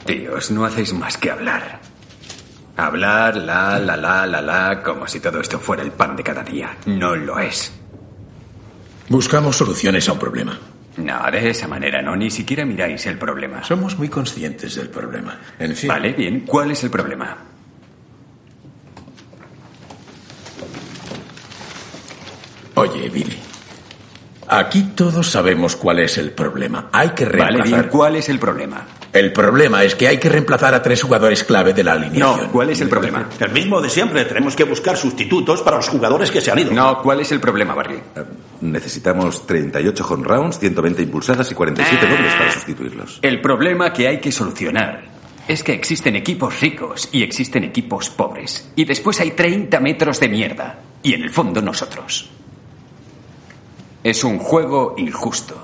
Tíos, no hacéis más que hablar. Hablar, como si todo esto fuera el pan de cada día. No lo es. Buscamos soluciones a un problema. No, de esa manera no. Ni siquiera miráis el problema. Somos muy conscientes del problema. En fin. Vale, bien. ¿Cuál es el problema? Oye, Billy. Aquí todos sabemos cuál es el problema. Hay que reemplazar... Vale, bien. ¿Cuál es el problema? El problema es que hay que reemplazar a 3 jugadores clave de la alineación. No, ¿cuál es el problema? El mismo de siempre. Tenemos que buscar sustitutos para los jugadores que se han ido. No, ¿cuál es el problema, Barry? Necesitamos 38 home rounds, 120 impulsadas y 47 dobles para sustituirlos. El problema que hay que solucionar es que existen equipos ricos y existen equipos pobres. Y después hay 30 metros de mierda. Y en el fondo nosotros. Es un juego injusto.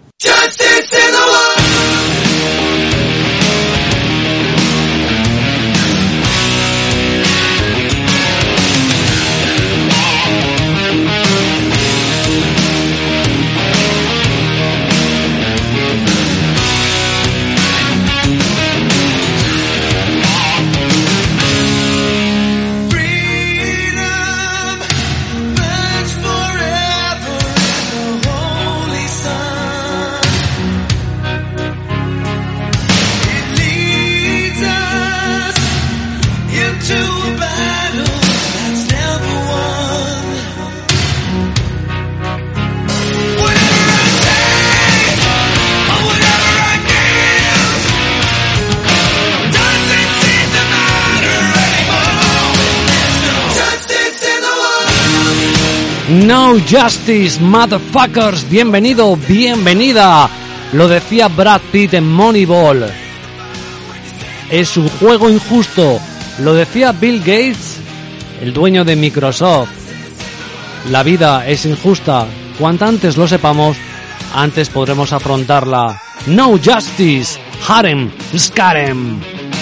No justice, motherfuckers. Bienvenido, bienvenida. Lo decía Brad Pitt en Moneyball. Es un juego injusto. Lo decía Bill Gates, el dueño de Microsoft. La vida es injusta. Cuanto antes lo sepamos, antes podremos afrontarla. No justice, harem, scarem.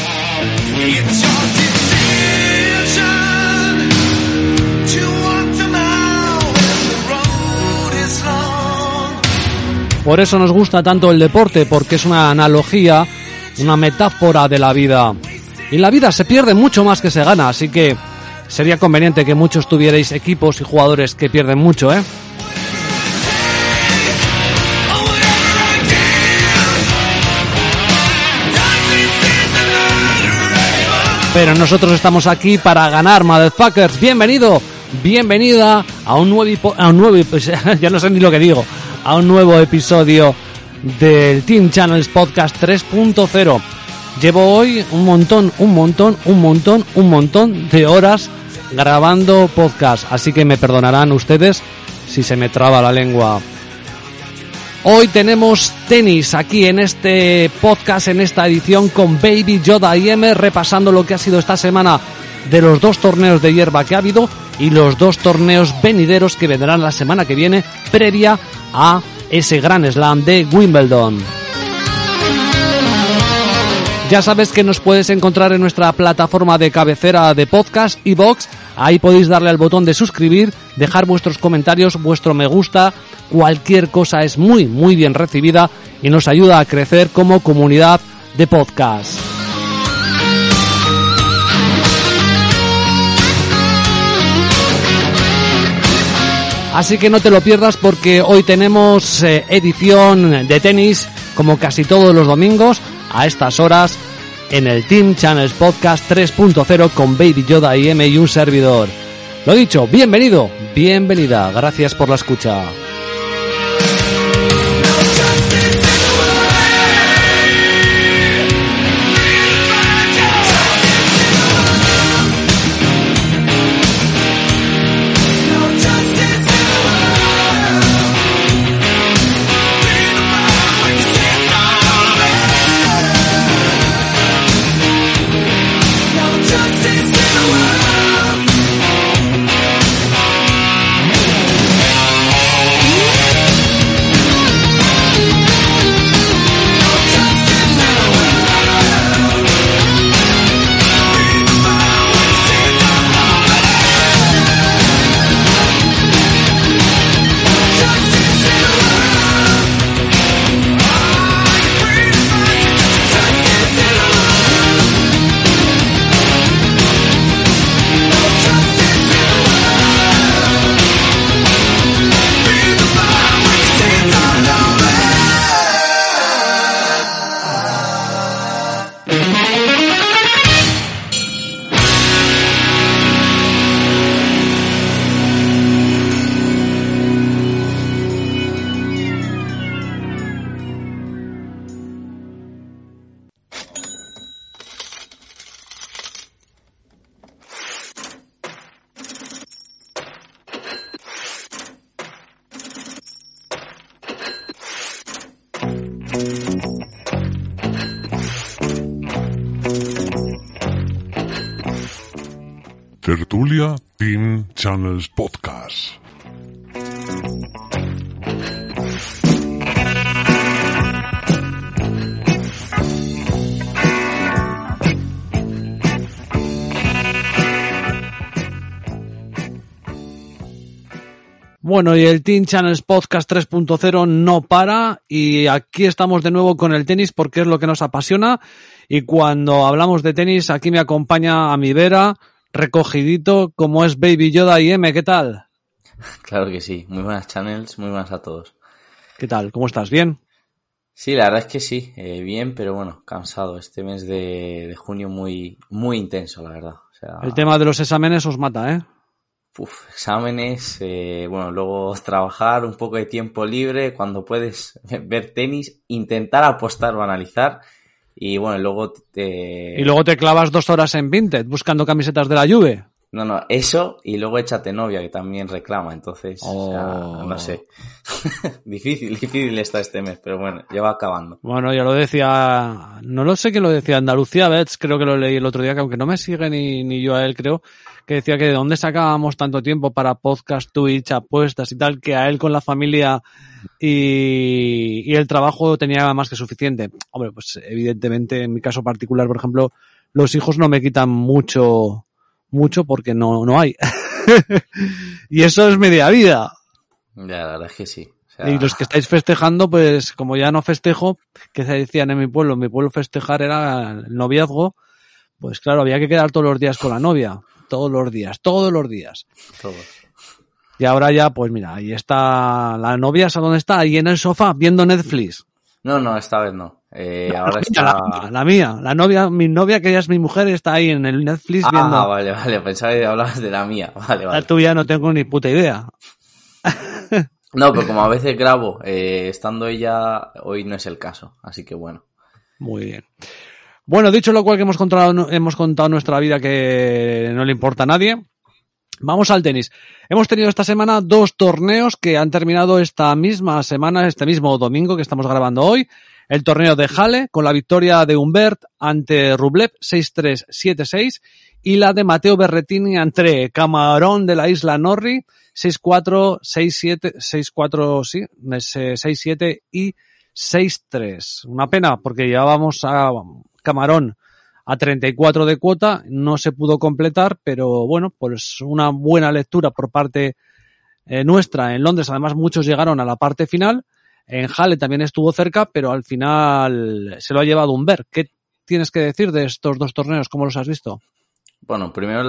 Por eso nos gusta tanto el deporte, porque es una analogía, una metáfora de la vida. Y en la vida se pierde mucho más que se gana, así que sería conveniente que muchos tuvierais equipos y jugadores que pierden mucho, ¿eh? Pero nosotros estamos aquí para ganar, motherfuckers. Bienvenido, bienvenida a un nuevo ya no sé ni lo que digo. A un nuevo episodio del Team Channels Podcast 3.0. Llevo hoy un montón de horas grabando podcast, así que me perdonarán ustedes si se me traba la lengua. Hoy tenemos tenis aquí en este podcast, en esta edición con Baby Yoda IM, repasando lo que ha sido esta semana de los 2 torneos de hierba que ha habido y los 2 torneos venideros que vendrán la semana que viene, previa a ese gran slam de Wimbledon. Ya sabes que nos puedes encontrar en nuestra plataforma de cabecera de podcast, iVoox. Ahí podéis darle al botón de suscribir, dejar vuestros comentarios, vuestro me gusta. Cualquier cosa es muy bien recibida y nos ayuda a crecer como comunidad de podcast. Así que no te lo pierdas porque hoy tenemos edición de tenis como casi todos los domingos a estas horas en el Team Channels Podcast 3.0 con Baby Yoda IM y un servidor. Lo dicho, bienvenido, bienvenida, gracias por la escucha. Tertulia Team Channels Podcast. Bueno, y el Team Channels Podcast 3.0 no para, y aquí estamos de nuevo con el tenis porque es lo que nos apasiona, y cuando hablamos de tenis aquí me acompaña a mi vera, recogidito como es Baby Yoda y M. ¿Qué tal? Claro que sí, muy buenas Channels, muy buenas a todos. ¿Qué tal? ¿Cómo estás? ¿Bien? Sí, la verdad es que sí, bien, pero bueno, cansado. Este mes de junio muy intenso, la verdad. O sea, el tema de los exámenes os mata, ¿eh? Exámenes, bueno, luego trabajar, un poco de tiempo libre, cuando puedes ver tenis, intentar apostar o analizar, y bueno, luego Y luego te clavas 2 horas en Vinted buscando camisetas de la Juve. No, eso, y luego échate novia, que también reclama, entonces, o sea, no sé. difícil está este mes, pero bueno, ya va acabando. Bueno, ya lo decía, no lo sé quién lo decía, Andalucía Bets, creo que lo leí el otro día, que aunque no me sigue ni yo a él, creo, que decía que de dónde sacábamos tanto tiempo para podcast, Twitch, apuestas y tal, que a él con la familia y el trabajo tenía más que suficiente. Hombre, pues evidentemente, en mi caso particular, por ejemplo, los hijos no me quitan mucho porque no hay. Y eso es media vida. Ya, la verdad es que sí. O sea... Y los que estáis festejando, pues como ya no festejo, que se decían en mi pueblo festejar era el noviazgo, pues claro, había que quedar todos los días con la novia. Todos los días. Todos. Y ahora ya, pues mira, ahí está la novia, ¿sabes dónde está? Ahí en el sofá, viendo Netflix. No, esta vez no. Ahora está... La mía, mi novia, que ella es mi mujer, está ahí en el Netflix viendo... Ah, vale, pensaba que hablabas de la mía. Vale. La tuya no tengo ni puta idea. No, pero como a veces grabo, estando ella, hoy no es el caso, así que bueno. Muy bien. Bueno, dicho lo cual, que hemos contado nuestra vida que no le importa a nadie, vamos al tenis. Hemos tenido esta semana 2 torneos que han terminado esta misma semana, este mismo domingo que estamos grabando hoy. El torneo de Halle, con la victoria de Humbert ante Rublev 6-3, 7-6, y la de Matteo Berrettini ante Camarón de la Isla Norri 6-4, 6-7, 6-4, sí, 6-7 y 6-3. Una pena, porque llevábamos a Camarón a 34 de cuota, no se pudo completar, pero bueno, pues una buena lectura por parte nuestra en Londres. Además, muchos llegaron a la parte final. En Halle también estuvo cerca, pero al final se lo ha llevado Humbert. ¿Qué tienes que decir de estos 2 torneos? ¿Cómo los has visto? Bueno, primero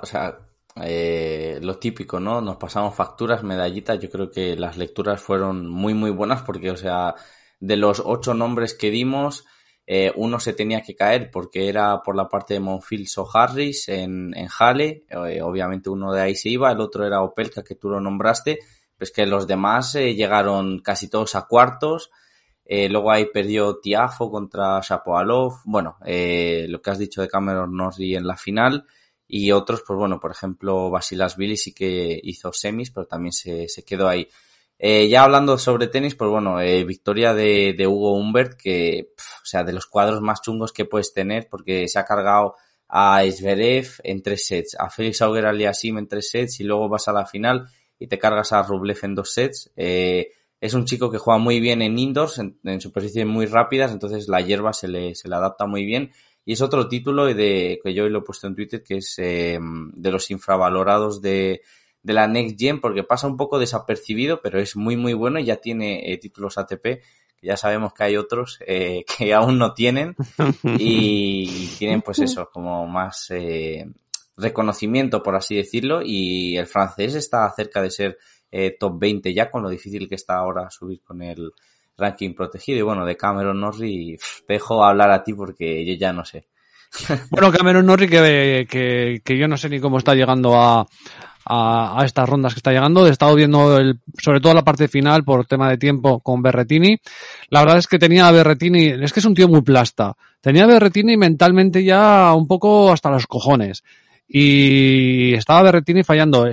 lo típico, ¿no? Nos pasamos facturas, medallitas. Yo creo que las lecturas fueron muy buenas porque, o sea, de los 8 nombres que dimos, uno se tenía que caer porque era por la parte de Monfils o Harris en Halle. Obviamente uno de ahí se iba, el otro era Opelka, que tú lo nombraste. Pues que los demás llegaron casi todos a cuartos. Luego ahí perdió Tiafoe contra Shapovalov. Bueno, lo que has dicho de Cameron Norrie en la final. Y otros, pues bueno, por ejemplo, Basilashvili sí que hizo semis, pero también se quedó ahí. Ya hablando sobre tenis, pues bueno, victoria de Hugo Humbert, que, o sea, de los cuadros más chungos que puedes tener, porque se ha cargado a Zverev en 3 sets, a Félix Auger-Aliassime en 3 sets, y luego vas a la final y te cargas a Rublev en 2 sets. Es un chico que juega muy bien en indoors, en superficies muy rápidas, entonces la hierba se le adapta muy bien. Y es otro título que yo hoy lo he puesto en Twitter, que es de los infravalorados de la Next Gen, porque pasa un poco desapercibido, pero es muy bueno y ya tiene títulos ATP, que ya sabemos que hay otros que aún no tienen y tienen pues eso, como más reconocimiento, por así decirlo, y el francés está cerca de ser top 20 ya, con lo difícil que está ahora subir con el ranking protegido. Y bueno, de Cameron Norrie te dejo hablar a ti porque yo ya no sé. Bueno, Cameron Norrie que yo no sé ni cómo está llegando a estas rondas que está llegando. He estado viendo sobre todo la parte final por tema de tiempo con Berrettini. La verdad es que tenía a Berrettini, es que es un tío muy plasta. Tenía a Berrettini mentalmente ya un poco hasta los cojones. Y estaba Berrettini fallando,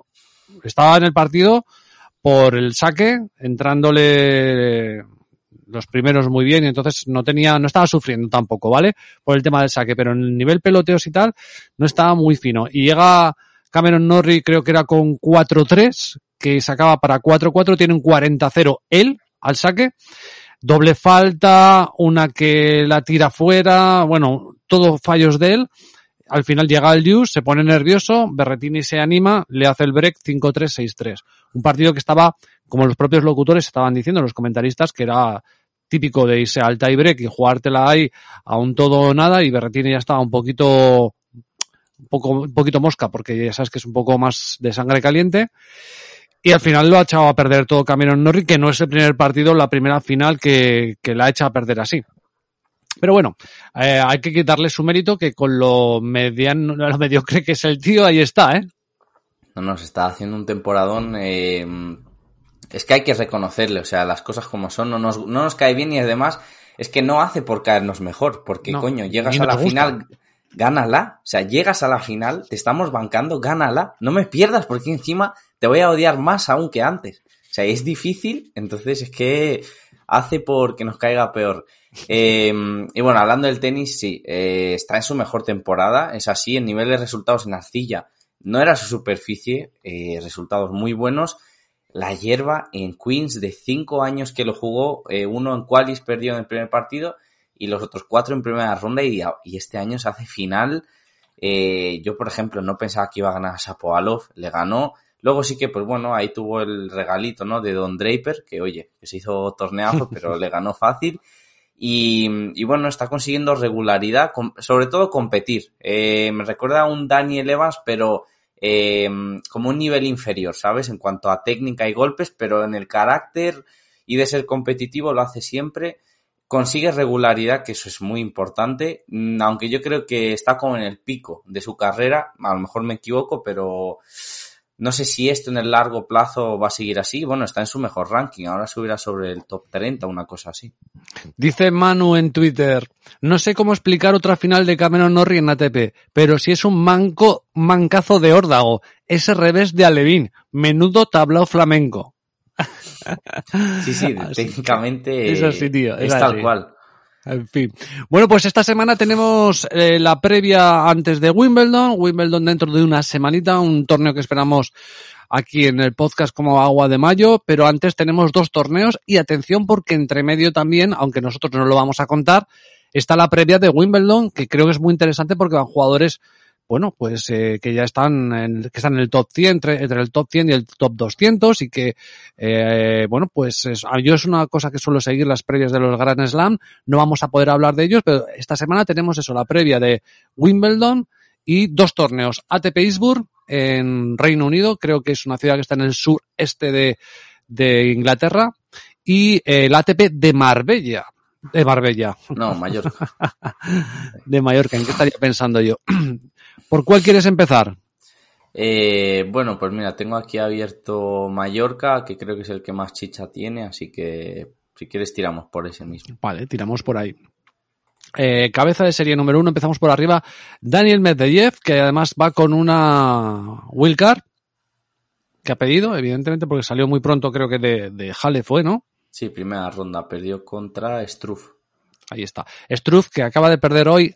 estaba en el partido por el saque, entrándole los primeros muy bien y entonces no estaba sufriendo tampoco, ¿vale? Por el tema del saque, pero en el nivel peloteos y tal no estaba muy fino. Y llega Cameron Norrie, creo que era con 4-3, que sacaba para 4-4, tiene un 40-0 él al saque. Doble falta, una que la tira fuera, bueno, todos fallos de él. Al final llega el Hughes, se pone nervioso, Berrettini se anima, le hace el break 5-3, 6-3. Un partido que estaba, como los propios locutores estaban diciendo, los comentaristas, que era típico de irse al tie break y jugártela ahí a un todo o nada, y Berrettini ya estaba un poquito mosca, porque ya sabes que es un poco más de sangre caliente. Y al final lo ha echado a perder todo Cameron Norrie, que no es el primer partido, la primera final que la ha echado a perder así. Pero bueno, hay que quitarle su mérito, que con lo mediocre que es el tío, ahí está, ¿eh? No, nos está haciendo un temporadón. Es que hay que reconocerle, o sea, las cosas como son, no nos cae bien y además es que no hace por caernos mejor, porque coño, llegas a la final, gánala, o sea, llegas a la final, te estamos bancando, gánala, no me pierdas porque encima te voy a odiar más aún que antes. O sea, es difícil, entonces es que hace por que nos caiga peor. Y bueno, hablando del tenis, sí, está en su mejor temporada, es así, en nivel de resultados en arcilla no era su superficie, resultados muy buenos. La hierba en Queens, de 5 años que lo jugó, uno en qualis perdió en el primer partido y los otros 4 en primera ronda, y este año se hace final. Yo, por ejemplo, no pensaba que iba a ganar a Shapovalov, le ganó. Luego sí que, pues bueno, ahí tuvo el regalito, ¿no?, de Don Draper, que oye, que se hizo torneazo, pero le ganó fácil. Y bueno, está consiguiendo regularidad, sobre todo competir. Me recuerda a un Daniel Evans, pero como un nivel inferior, ¿sabes? En cuanto a técnica y golpes, pero en el carácter y de ser competitivo lo hace siempre. Consigue regularidad, que eso es muy importante, aunque yo creo que está como en el pico de su carrera, a lo mejor me equivoco, pero no sé si esto en el largo plazo va a seguir así. Bueno, está en su mejor ranking, ahora subirá sobre el top 30, una cosa así. Dice Manu en Twitter, no sé cómo explicar otra final de Cameron Norrie en ATP, pero si es un mancazo de órdago, ese revés de Alevín, menudo tablao flamenco. Sí, técnicamente es así, tío, es tal cual. En fin. Bueno, pues esta semana tenemos la previa antes de Wimbledon dentro de una semanita, un torneo que esperamos aquí en el podcast como agua de mayo, pero antes tenemos 2 torneos y atención porque entre medio también, aunque nosotros no lo vamos a contar, está la previa de Wimbledon, que creo que es muy interesante porque van jugadores, bueno, pues que ya están en el top 100, entre el top 100 y el top 200 y que, bueno, pues yo es una cosa que suelo seguir las previas de los Grand Slam, no vamos a poder hablar de ellos, pero esta semana tenemos eso, la previa de Wimbledon y 2 torneos, ATP Eastbourne en Reino Unido, creo que es una ciudad que está en el sureste de Inglaterra, y el ATP de Marbella. No, Mallorca. De Mallorca, ¿en qué estaría pensando yo? ¿Por cuál quieres empezar? Bueno, pues mira, tengo aquí abierto Mallorca, que creo que es el que más chicha tiene, así que si quieres tiramos por ese mismo. Vale, tiramos por ahí. Cabeza de serie número 1, empezamos por arriba. Daniel Medvedev, que además va con una wildcard que ha pedido, evidentemente, porque salió muy pronto, creo que de Halle fue, ¿no? Sí, primera ronda, perdió contra Struff. Ahí está. Struff, que acaba de perder hoy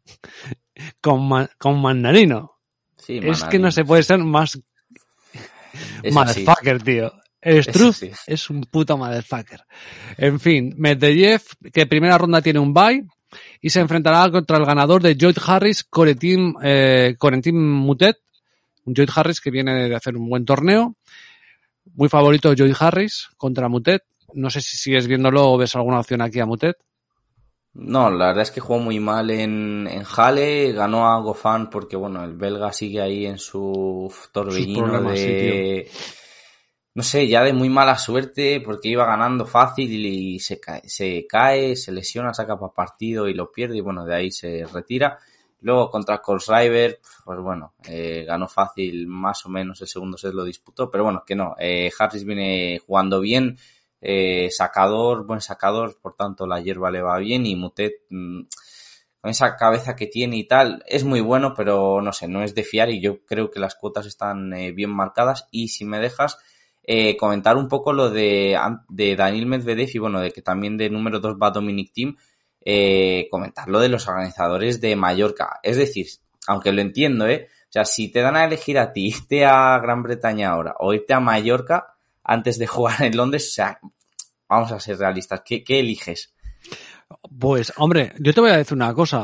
con Manarino. Sí, es que no se puede ser más motherfucker, tío. Struff es un puto motherfucker. En fin, Medvedev, que primera ronda tiene un bye y se enfrentará contra el ganador de Lloyd Harris, Corentin Moutet. Un Lloyd Harris que viene de hacer un buen torneo. Muy favorito Lloyd Harris contra Moutet. No sé si sigues viéndolo o ves alguna opción aquí a Moutet. No, la verdad es que jugó muy mal en Halle, ganó a Goffin porque, bueno, el belga sigue ahí en su torbellino de... Sí, no sé, ya de muy mala suerte porque iba ganando fácil y se cae, se lesiona, saca para partido y lo pierde y, bueno, de ahí se retira. Luego contra Kohlschreiber, pues bueno, ganó fácil, más o menos el segundo set lo disputó, pero bueno, que no, Harris viene jugando bien, buen sacador, por tanto la hierba le va bien y Moutet, con esa cabeza que tiene y tal, es muy bueno, pero no sé, no es de fiar y yo creo que las cuotas están bien marcadas y si me dejas, comentar un poco lo de Daniil Medvedev y bueno, de que también de número 2 va Dominic Thiem, comentar lo de los organizadores de Mallorca. Es decir, aunque lo entiendo, o sea, si te dan a elegir a ti irte a Gran Bretaña ahora o irte a Mallorca antes de jugar en Londres, o sea, vamos a ser realistas, ¿qué eliges? Pues, hombre, yo te voy a decir una cosa.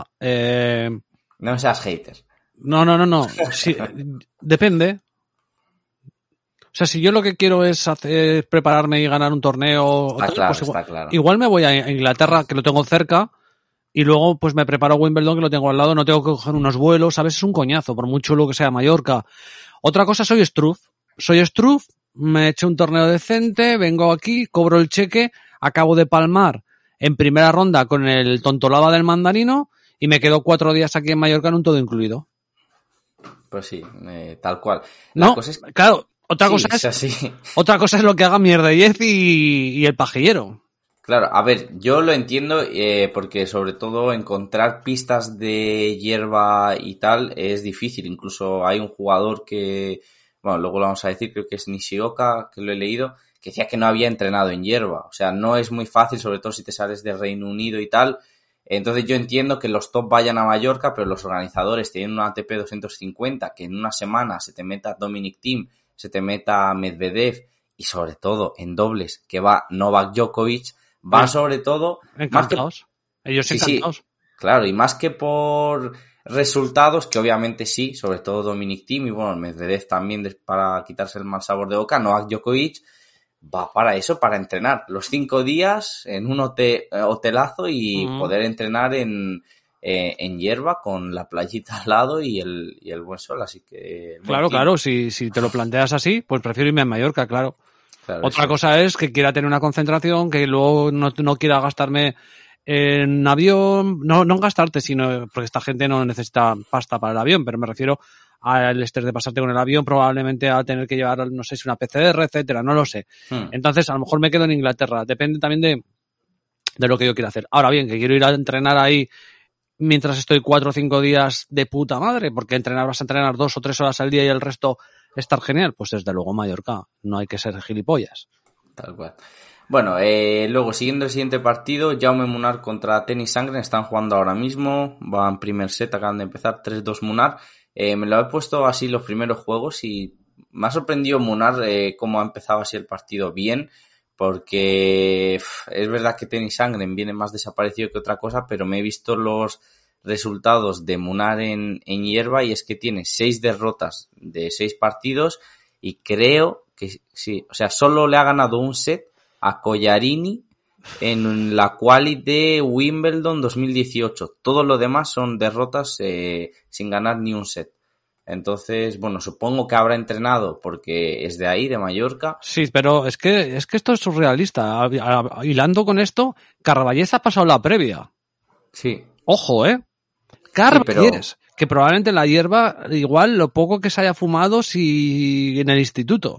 No seas hater. No. Sí, depende. O sea, si yo lo que quiero es prepararme y ganar un torneo, Está tal, claro, pues está claro. igual me voy a Inglaterra, que lo tengo cerca, y luego pues me preparo Wimbledon, que lo tengo al lado, no tengo que coger unos vuelos, ¿sabes? Es un coñazo, por mucho lo que sea Mallorca. Otra cosa, soy Struff, me echo un torneo decente, vengo aquí, cobro el cheque, acabo de palmar en primera ronda con el tontolaba del mandarino y me quedo 4 días aquí en Mallorca en un todo incluido. Pues sí, tal cual. La cosa es, claro, otra cosa es lo que haga Mierdeyev y el pajillero. Claro, a ver, yo lo entiendo porque sobre todo encontrar pistas de hierba y tal es difícil. Incluso hay un jugador que, bueno, luego lo vamos a decir, creo que es Nishioka, que lo he leído, que decía que no había entrenado en hierba. O sea, no es muy fácil, sobre todo si te sales del Reino Unido y tal. Entonces yo entiendo que los top vayan a Mallorca, pero los organizadores tienen un ATP 250, que en una semana se te meta Dominic Thiem, se te meta Medvedev y sobre todo en dobles que va Novak Djokovic, va sobre todo... Encantados. Ellos encantados. Sí, claro, y más que por resultados, que obviamente sí, sobre todo Dominic Thiem y bueno, Medvedev también para quitarse el mal sabor de boca, Novak Djokovic va para eso, para entrenar los 5 días en un hotelazo y poder entrenar en hierba con la playita al lado y el buen sol, así que... Claro, si te lo planteas así, pues prefiero irme a Mallorca, claro. Otra cosa es que quiera tener una concentración, que luego no quiera gastarme en avión, no gastarte, sino porque esta gente no necesita pasta para el avión, pero me refiero al estrés de pasarte con el avión, probablemente a tener que llevar, no sé si una PCR, etcétera, no lo sé. Entonces, a lo mejor me quedo en Inglaterra, depende también de lo que yo quiera hacer. Ahora bien, que quiero ir a entrenar ahí mientras estoy 4 o 5 días de puta madre, porque vas a entrenar 2 o 3 horas al día y el resto estar genial, pues desde luego Mallorca, no hay que ser gilipollas. Tal cual. Bueno, luego siguiendo el siguiente partido, Jaume Munar contra Tennis Sangren, están jugando ahora mismo, van primer set, acaban de empezar, 3-2 Munar. Me lo he puesto así los primeros juegos y me ha sorprendido Munar cómo ha empezado así el partido bien, porque es verdad que Tennis Sangren viene más desaparecido que otra cosa, pero me he visto los resultados de Munar en hierba y es que tiene 6 derrotas de 6 partidos y creo que sí, o sea, solo le ha ganado un set a Collarini en la quali de Wimbledon 2018. Todo lo demás son derrotas sin ganar ni un set. Entonces, bueno, supongo que habrá entrenado porque es de ahí, de Mallorca. Sí, pero es que esto es surrealista. Hilando con esto, Carballés ha pasado la previa. Sí. Ojo, Carballés, sí, pero... que probablemente la hierba, igual lo poco que se haya fumado si en el instituto.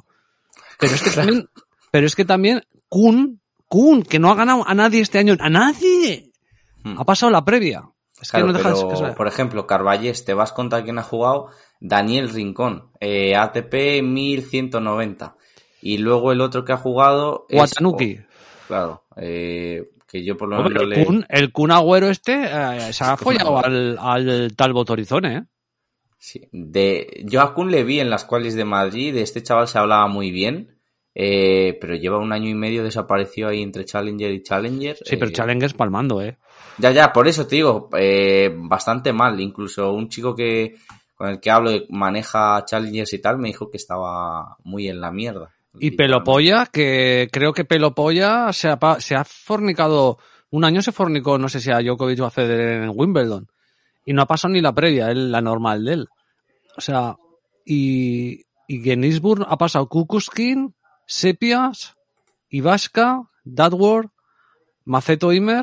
Pero es que también Kuhn, que no ha ganado a nadie este año, ¡a nadie! Ha pasado la previa. Es claro, que no deja pero, de... por ejemplo, Carballés, te vas contra quien ha jugado, Daniel Rincón, ATP 1190. Y luego el otro que ha jugado es... Watanuki. Claro, que yo por lo menos el Kun Agüero se ha follado al Talbot Torizone, Sí, yo a Kun le vi en las qualis de Madrid, de este chaval se hablaba muy bien, pero lleva 1 año y medio desaparecido ahí entre Challenger y Challenger. Sí, pero Challenger palmando, Ya, por eso te digo, bastante mal. Incluso un chico con el que hablo maneja Challengers y tal, me dijo que estaba muy en la mierda. Y Pelopolla, que creo que Pelopolla se ha fornicado, 1 año se fornicó, no sé si a Djokovic o a Federer en Wimbledon, y no ha pasado ni la previa, la normal de él. O sea, y en Eastbourne ha pasado Kukushkin, Sepias, Ivashka, Dadward, Maceto Imer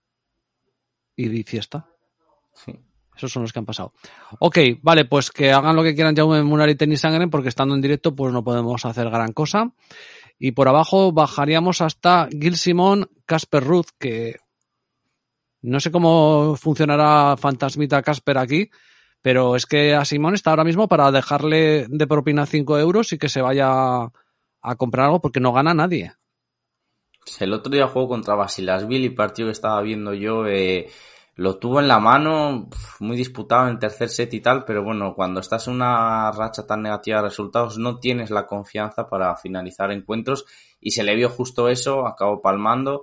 y Fiesta. Sí. Esos son los que han pasado. Ok, vale, pues que hagan lo que quieran Jaume Munar y Tennis Sangren, porque estando en directo pues no podemos hacer gran cosa. Y por abajo bajaríamos hasta Gil Simón, Casper Ruud, que no sé cómo funcionará Fantasmita Casper aquí, pero es que a Simón está ahora mismo para dejarle de propina 5 euros y que se vaya a comprar algo porque no gana nadie. El otro día jugó contra Basilashvili, el partido que estaba viendo yo, lo tuvo en la mano, muy disputado en el tercer set y tal, pero bueno, cuando estás en una racha tan negativa de resultados no tienes la confianza para finalizar encuentros y se le vio justo eso, acabó palmando.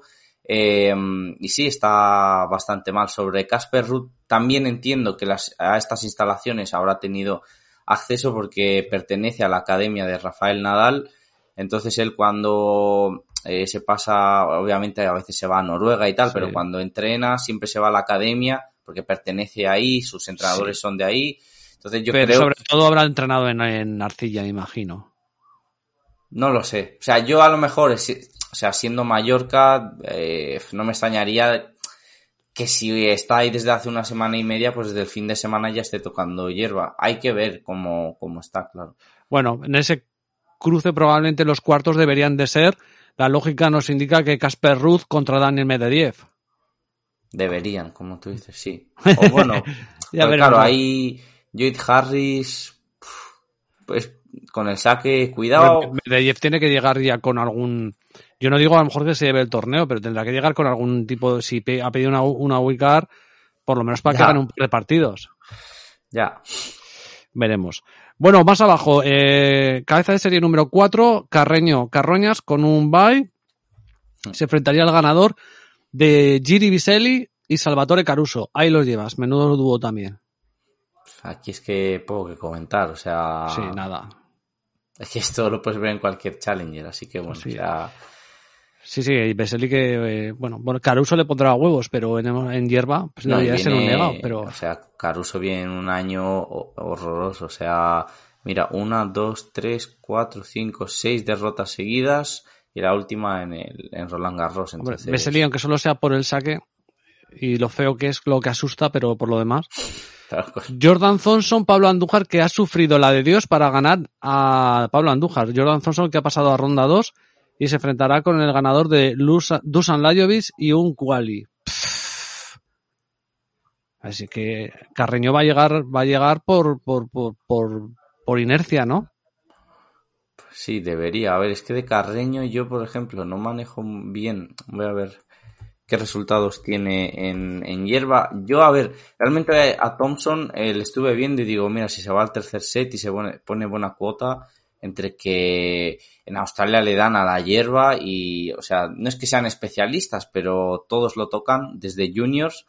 Y sí, está bastante mal. Sobre Casper Ruud también entiendo que a estas instalaciones habrá tenido acceso porque pertenece a la academia de Rafael Nadal. Entonces él cuando se pasa, obviamente a veces se va a Noruega y tal, sí, pero cuando entrena siempre se va a la academia porque pertenece ahí, sus entrenadores son de ahí. Entonces yo creo... sobre todo habrá entrenado en arcilla, me imagino. No lo sé. O sea, yo a lo mejor, siendo Mallorca, no me extrañaría que si está ahí desde hace una semana y media, pues desde el fin de semana ya esté tocando hierba. Hay que ver cómo está, claro. Bueno, en ese cruce probablemente los cuartos deberían de ser, la lógica nos indica que Casper Ruud contra Daniel Medvedev. Deberían, como tú dices, sí. O bueno, ya pues claro, ahí Lloyd Harris, pues con el saque, cuidado. Medvedev tiene que llegar ya con algún... Yo no digo a lo mejor que se lleve el torneo, pero tendrá que llegar con algún tipo... Si ha pedido una wildcard, por lo menos para que gane un par de partidos. Ya. Veremos. Bueno, más abajo, cabeza de serie número 4, Carroñas con un bye. Se enfrentaría al ganador de Giri Biselli y Salvatore Caruso. Ahí los llevas, menudo dúo también. Aquí es que poco que comentar, o sea... Sí, nada. Es que esto lo puedes ver en cualquier Challenger, así que bueno, sí. Ya... Sí, Biselli que... bueno, Caruso le pondrá huevos, pero en hierba pues no, debería ser un negado, pero... O sea, Caruso viene en un año horroroso, o sea... Mira, 1, 2, 3, 4, 5, 6 derrotas seguidas y la última en Roland Garros. Entonces... Biselli, aunque solo sea por el saque y lo feo que es lo que asusta, pero por lo demás... Jordan Thompson, Pablo Andújar, que ha sufrido la de Dios para ganar a Pablo Andújar. Jordan Thompson que ha pasado a ronda 2 y se enfrentará con el ganador de Dusan Lajovic y un quali. Así que Carreño va a llegar por inercia, ¿no? Sí, debería. A ver, es que de Carreño yo, por ejemplo, no manejo bien. Voy a ver qué resultados tiene en hierba. Yo, a ver, realmente a Thompson le estuve viendo y digo, mira, si se va al tercer set y se pone buena cuota, entre que en Australia le dan a la hierba y, o sea, no es que sean especialistas, pero todos lo tocan desde juniors.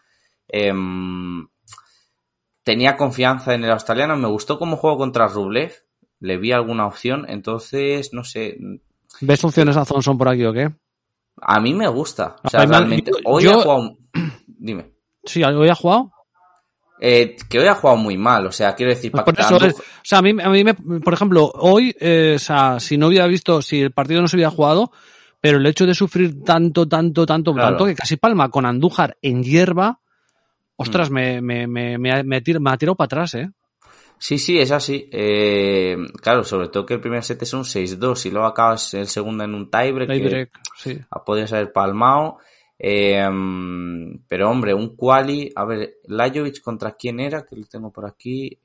Tenía confianza en el australiano, me gustó cómo jugó contra Rublev, le vi alguna opción, entonces, no sé. ¿Ves opciones a Thompson por aquí o qué? A mí me gusta. O sea, realmente. Hoy ha jugado... Dime. Sí, ¿hoy ha jugado? Que hoy ha jugado muy mal. O sea, quiero decir... Pues por eso o sea, a mí por ejemplo, hoy, o sea, si no hubiera visto, si el partido no se hubiera jugado, pero el hecho de sufrir tanto, que casi palma con Andújar en hierba, ostras, me ha tirado para atrás, ¿eh? Sí, es así. Claro, sobre todo que el primer set es un 6-2 y luego acabas el segundo en un tiebreak. Sí. Podrías haber palmado. Pero hombre, un quali. A ver, Lajovic contra quién era, que lo tengo por aquí.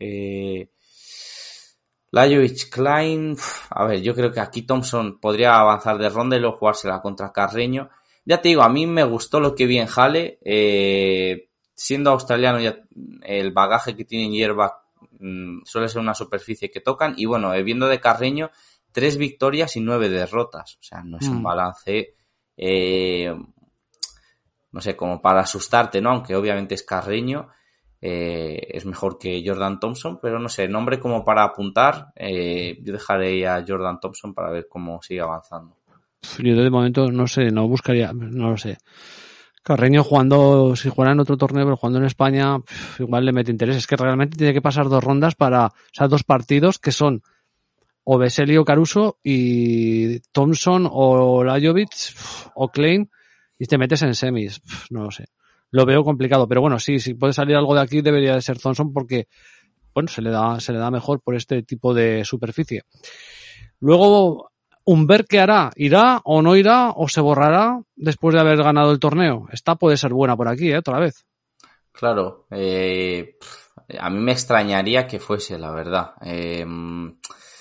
Lajovic, Klein. A ver, yo creo que aquí Thompson podría avanzar de ronda y luego jugársela contra Carreño. Ya te digo, a mí me gustó lo que vi en Halle. Siendo australiano, ya el bagaje que tiene en hierba suele ser una superficie que tocan y bueno, viendo de Carreño 3 victorias y 9 derrotas, o sea, no es un balance no sé, como para asustarte, ¿no? Aunque obviamente es Carreño, es mejor que Jordan Thompson, pero no sé, nombre como para apuntar, yo dejaré a Jordan Thompson para ver cómo sigue avanzando. Yo de momento no sé, no buscaría, no lo sé. Carreño jugando, si jugara en otro torneo, pero jugando en España, igual le mete interés. Es que realmente tiene que pasar 2 rondas o sea, 2 partidos que son o Biselli o Caruso y Thompson o Lajovic o Klein y te metes en semis. No lo sé. Lo veo complicado, pero bueno, sí, si puede salir algo de aquí debería de ser Thompson porque, bueno, se le da mejor por este tipo de superficie. Luego, Humbert, ¿qué hará? ¿Irá o no irá o se borrará después de haber ganado el torneo? Esta puede ser buena por aquí, otra vez. Claro, a mí me extrañaría que fuese, la verdad.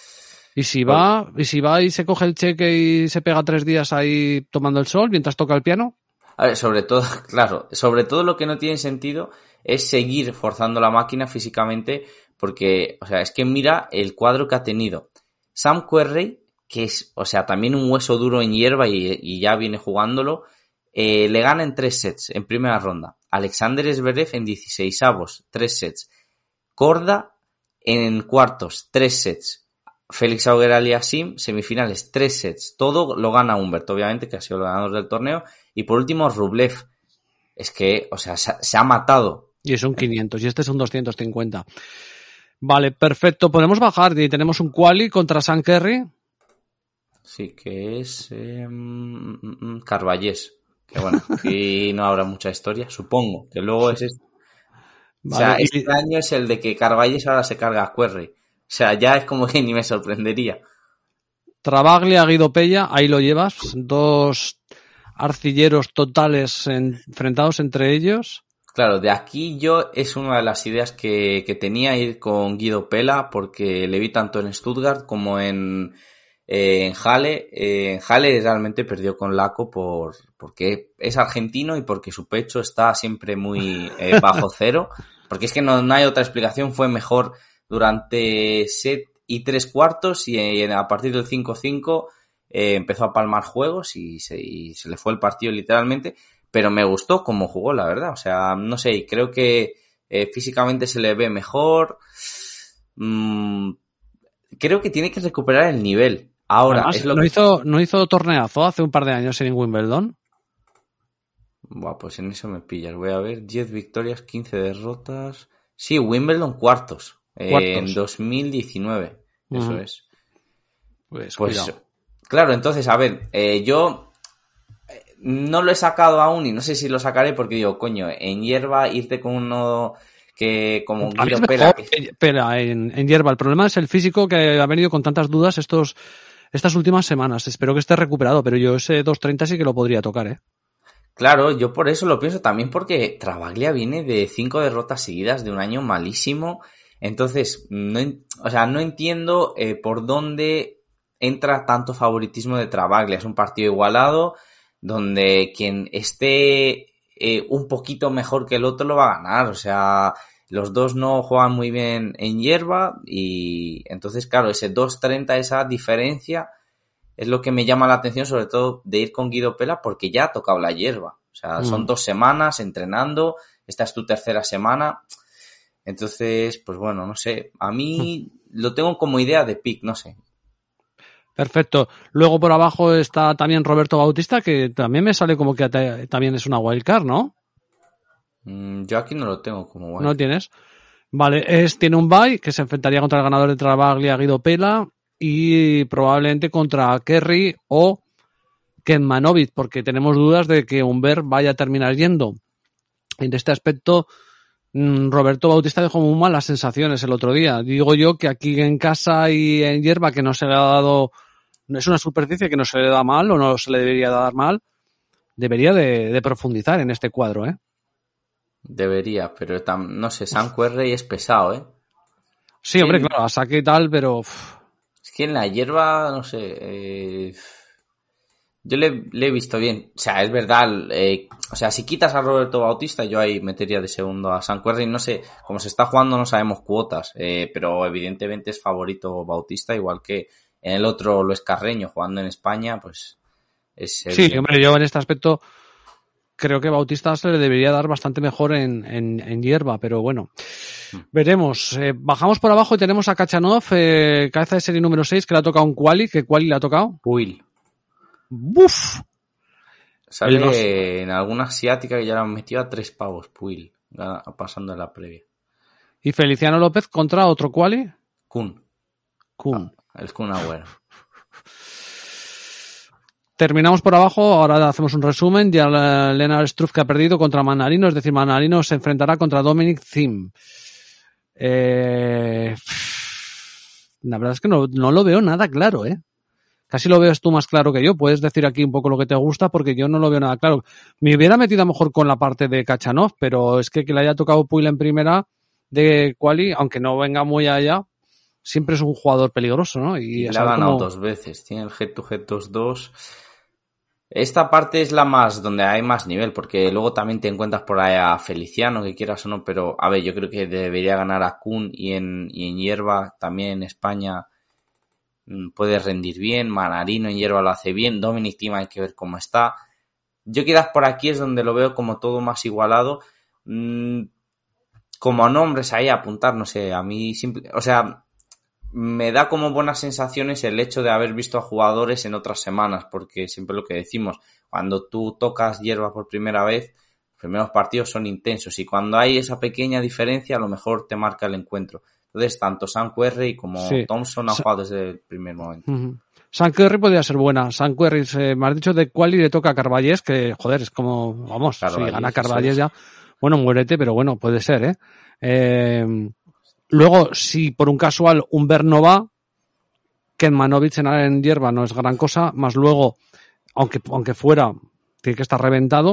¿Y si va y se coge el cheque y se pega 3 días ahí tomando el sol mientras toca el piano? A ver, sobre todo lo que no tiene sentido es seguir forzando la máquina físicamente porque, o sea, es que mira el cuadro que ha tenido Sam Querrey, que es, o sea, también un hueso duro en hierba y ya viene jugándolo, le gana en 3 sets en primera ronda. Alexander Zverev en 16avos, 3 sets. Korda en cuartos, 3 sets. Félix Auger-Aliassime, semifinales, 3 sets. Todo lo gana Humbert, obviamente, que ha sido el ganador del torneo. Y por último, Rublev. Es que, o sea, se ha matado. Y es un 500, y este es un 250. Vale, perfecto. Podemos bajar y tenemos un quali contra Sam Querrey. Sí, que es Carballés. Que bueno, aquí no habrá mucha historia, supongo. Que luego es este. Vale, O sea, este año es el de que Carballés ahora se carga a Querrey. O sea, ya es como que ni me sorprendería. Travaglia, Guido Pella, ahí lo llevas. 2 arcilleros totales enfrentados entre ellos. Claro, de aquí es una de las ideas que tenía ir con Guido Pella, porque le vi tanto en Stuttgart como en Halle. En Halle realmente perdió con Laco porque es argentino y porque su pecho está siempre muy bajo cero. Porque es que no hay otra explicación, fue mejor durante set y 3 cuartos y a partir del 5-5 empezó a palmar juegos y se le fue el partido literalmente, pero me gustó cómo jugó, la verdad. O sea, no sé, creo que físicamente se le ve mejor. Creo que tiene que recuperar el nivel. Ahora, además, ¿no hizo torneazo hace un par de años en Wimbledon? Buah, pues en eso me pillas. Voy a ver, 10 victorias, 15 derrotas. Sí, Wimbledon cuartos. En 2019, eso es. Pues cuidado. Claro, entonces, a ver, yo no lo he sacado aún y no sé si lo sacaré porque digo, coño, en hierba irte con uno que como Guido Pella en hierba. El problema es el físico que ha venido con tantas dudas estas últimas semanas. Espero que esté recuperado, pero yo ese 2.30 sí que lo podría tocar, ¿eh? Claro, yo por eso lo pienso también porque Travaglia viene de 5 derrotas seguidas de un año malísimo. Entonces, no entiendo por dónde entra tanto favoritismo de Travaglia. Es un partido igualado donde quien esté un poquito mejor que el otro lo va a ganar. O sea, los dos no juegan muy bien en hierba y entonces, claro, ese 2.30, esa diferencia es lo que me llama la atención, sobre todo de ir con Guido Pella porque ya ha tocado la hierba. O sea, son 2 semanas entrenando, esta es tu 3ª semana. Entonces, pues bueno, no sé. A mí lo tengo como idea de pick, no sé. Perfecto. Luego por abajo está también Roberto Bautista, que también me sale como que también es una wildcard, ¿no? Yo aquí no lo tengo como wildcard. ¿No tienes? Vale, tiene un bye que se enfrentaría contra el ganador de Travaglia, Guido Pella, y probablemente contra Querrey o Kecmanovic, porque tenemos dudas de que Humbert vaya a terminar yendo. En este aspecto, Roberto Bautista dejó muy malas sensaciones el otro día. Digo yo que aquí en casa y en hierba que no se le ha dado, no es una superficie que no se le da mal o no se le debería dar mal, debería de profundizar en este cuadro, ¿eh? Debería, pero no sé, Sam Querrey es pesado, ¿eh? Sí, hombre, claro, a saque y tal, pero... Es que en la hierba, no sé... Yo le he visto bien. O sea, es verdad. O sea, si quitas a Roberto Bautista, yo ahí metería de segundo a Sam Querrey. No sé, como se está jugando no sabemos cuotas. Pero evidentemente es favorito Bautista, igual que en el otro lo es Carreño, jugando en España, pues es... Sí, hombre, yo en este aspecto creo que Bautista se le debería dar bastante mejor en hierba, pero bueno, veremos. Bajamos por abajo y tenemos a Khachanov, cabeza de serie número 6, que le ha tocado un quali. ¿Qué quali le ha tocado? Puil. ¡Buf! Sale en alguna asiática que ya la han metido a 3 pavos, Puil, pasando en la previa. ¿Y Feliciano López contra otro quali? Kun. El Kun Agüero. Terminamos por abajo, ahora hacemos un resumen. Ya Lennart Struff, que ha perdido contra Manarino, es decir, Manarino se enfrentará contra Dominic Thiem. La verdad es que no lo veo nada claro, ¿eh? Casi lo veas tú más claro que yo. Puedes decir aquí un poco lo que te gusta porque yo no lo veo nada claro. Me hubiera metido a lo mejor con la parte de Khachanov, pero es que le haya tocado Puil en primera de quali, aunque no venga muy allá, siempre es un jugador peligroso, ¿no? Y le ha ganado 2 veces. Tiene el head-to-head 2-2. Esta parte es la más donde hay más nivel, porque luego también te encuentras por ahí a Feliciano, que quieras o no, pero a ver, yo creo que debería ganar a Kun y en hierba también en España puede rendir bien. Manarino en hierba lo hace bien. Dominic Thiem hay que ver cómo está. Yo quizás por aquí es donde lo veo como todo más igualado. Como nombres ahí a apuntar, no sé, a mí me da como buenas sensaciones el hecho de haber visto a jugadores en otras semanas, porque siempre lo que decimos, cuando tú tocas hierba por primera vez, los primeros partidos son intensos y cuando hay esa pequeña diferencia a lo mejor te marca el encuentro. Entonces tanto Sam Querrey como Thompson han jugado desde el primer momento. Sam Querrey podría ser buena. Sam Querrey, me has dicho de quali le toca a Carballés, que joder, es como, vamos, si gana Carballés ya, bueno, muérete, pero bueno, puede ser, Luego, si por un casual Humbert no va, Kecmanovic en hierba no es gran cosa, más luego, aunque fuera, tiene que estar reventado.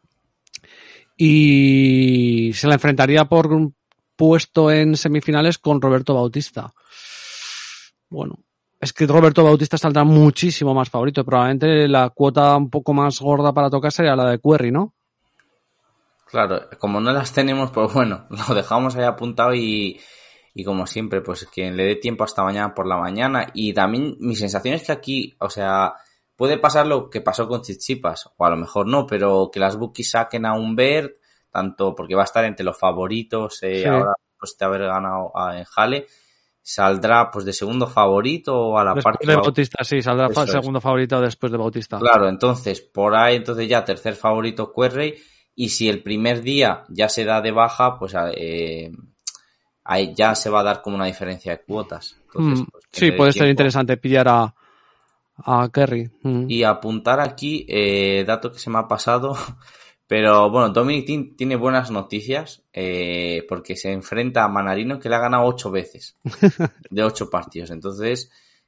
Y se la enfrentaría por un puesto en semifinales con Roberto Bautista. Bueno, es que Roberto Bautista saldrá muchísimo más favorito. Probablemente la cuota un poco más gorda para tocar sería la de Querrey, ¿no? Claro, como no las tenemos, pues bueno, lo dejamos ahí apuntado y como siempre, pues quien le dé tiempo hasta mañana por la mañana. Y también mi sensación es que aquí, o sea, puede pasar lo que pasó con Tsitsipas, o a lo mejor no, pero que las bookies saquen a Humbert, tanto porque va a estar entre los favoritos, ahora pues de haber ganado en Halle, saldrá pues de segundo favorito o a la después parte de Bautista, sí, saldrá segundo favorito después de Bautista. Claro, entonces, por ahí entonces ya tercer favorito Querrey, y si el primer día ya se da de baja, pues ahí ya se va a dar como una diferencia de cuotas. Entonces, pues, sí, puede ser interesante pillar a Querrey. Y apuntar aquí, dato que se me ha pasado, pero bueno, Dominic Thiem tiene buenas noticias, porque se enfrenta a Manarino, que le ha ganado 8 veces, de 8 partidos. Entonces,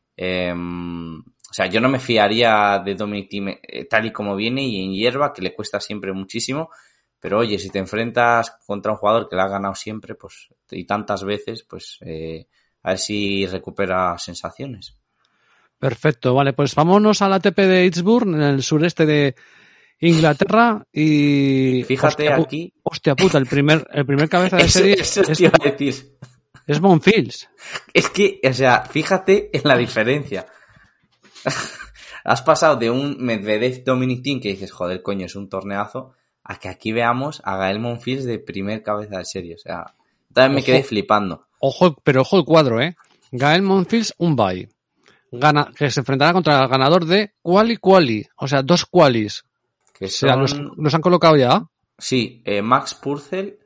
o sea, yo no me fiaría de Dominic Thiem tal y como viene y en hierba, que le cuesta siempre muchísimo. Pero oye, si te enfrentas contra un jugador que le ha ganado siempre, pues, y tantas veces, pues, a ver si recupera sensaciones. Perfecto, vale, pues vámonos al ATP de Eastbourne, en el sureste de Inglaterra, y fíjate aquí. Hostia puta, el primer cabeza de serie eso te iba a decir. Es Monfils. Es que, o sea, fíjate en la diferencia. Has pasado de un Medvedev Dominic Thiem que dices, joder, coño, es un torneazo, a que aquí veamos a Gael Monfils de primer cabeza de serie. O sea, también me quedé flipando. Ojo el cuadro, Gael Monfils, un bye. Que se enfrentará contra el ganador de quali. O sea, 2 qualis. Que son... O sea, ¿los han colocado ya? Sí, Max Purcell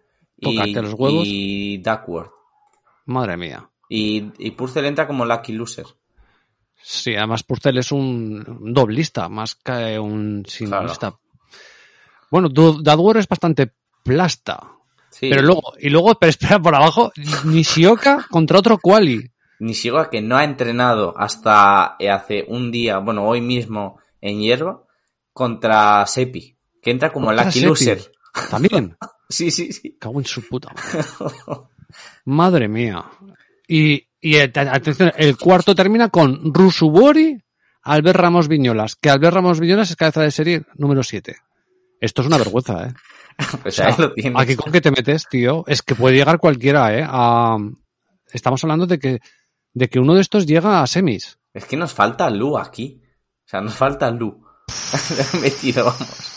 y Duckworth. Madre mía. Y Purcell entra como lucky loser. Sí, además Purcell es un doblista, más que un singlista. Claro. Bueno, Duckworth es bastante plasta. Sí. Pero espera, por abajo, Nishioka contra otro quali. Nishioka, que no ha entrenado hasta hace un día, bueno, hoy mismo en hierba, contra Seppi, que entra como lucky loser. ¿También? Sí. Cago en su puta madre. Madre mía. Y atención, el cuarto termina con Rusubori, Albert Ramos Viñolas, que Albert Ramos Viñolas es cabeza de serie número 7. Esto es una vergüenza, Pues ahí lo tienes. Aquí con que te metes, tío, es que puede llegar cualquiera, Estamos hablando de que uno de estos llega a semis. Es que nos falta Lu aquí. O sea, nos falta Lu. Metido, vamos.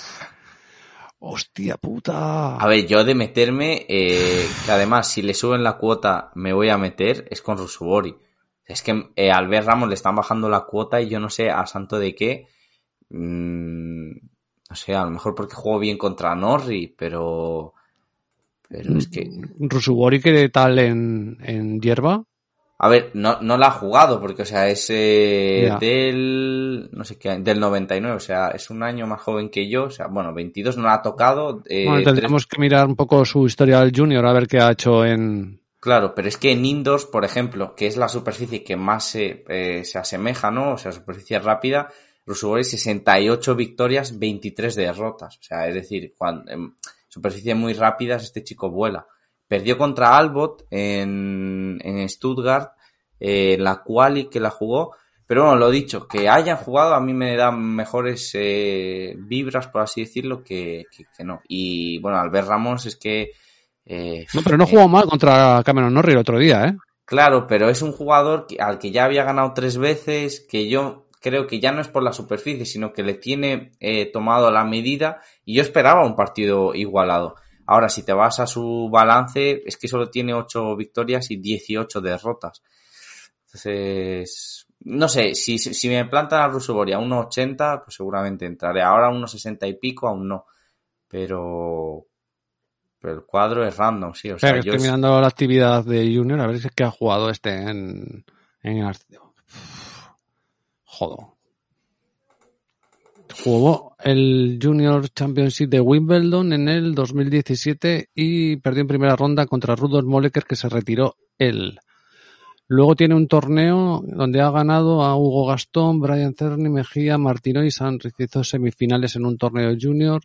Hostia puta. A ver, yo de meterme, que además si le suben la cuota me voy a meter, es con Rusubori. Es que a Albert Ramos le están bajando la cuota y yo no sé a santo de qué. No sé, a lo mejor porque juego bien contra Norrie, pero es que... ¿Rusubori qué tal en hierba? A ver, no la ha jugado porque, o sea, es del... no sé qué, del 99, o sea, es un año más joven que yo, o sea, bueno, 22 no la ha tocado. Bueno, tendríamos que mirar un poco su historia del junior, a ver qué ha hecho en... Claro, pero es que en indoors, por ejemplo, que es la superficie que más se asemeja, ¿no? O sea, superficie rápida, Rusubori 68 victorias, 23 derrotas. O sea, es decir, cuando en superficies muy rápidas este chico vuela. Perdió contra Albot en Stuttgart la quali que la jugó. Pero bueno, lo dicho, que hayan jugado a mí me da mejores vibras, por así decirlo, que no. Y bueno, Albert Ramos es que... no, pero no jugó mal contra Cameron Norrie el otro día, ¿eh? Claro, pero es un jugador al que ya había ganado 3 veces, que yo creo que ya no es por la superficie, sino que le tiene tomado la medida, y yo esperaba un partido igualado. Ahora, si te vas a su balance, es que solo tiene 8 victorias y 18 derrotas. Entonces... No sé, si me plantan a Ruusuvuori a 1.80, pues seguramente entraré. Ahora a 1.60 y pico, aún no. Pero el cuadro es random, sí. O sea, estoy mirando la actividad de Junior, a ver si es que ha jugado en Joder. Jugó el Junior Championship de Wimbledon en el 2017 y perdió en primera ronda contra Rudolf Molleker, que se retiró él. Luego tiene un torneo donde ha ganado a Hugo Gastón, Brian Cerny, Mejía, Martino y Sanriz. Hizo semifinales en un torneo junior.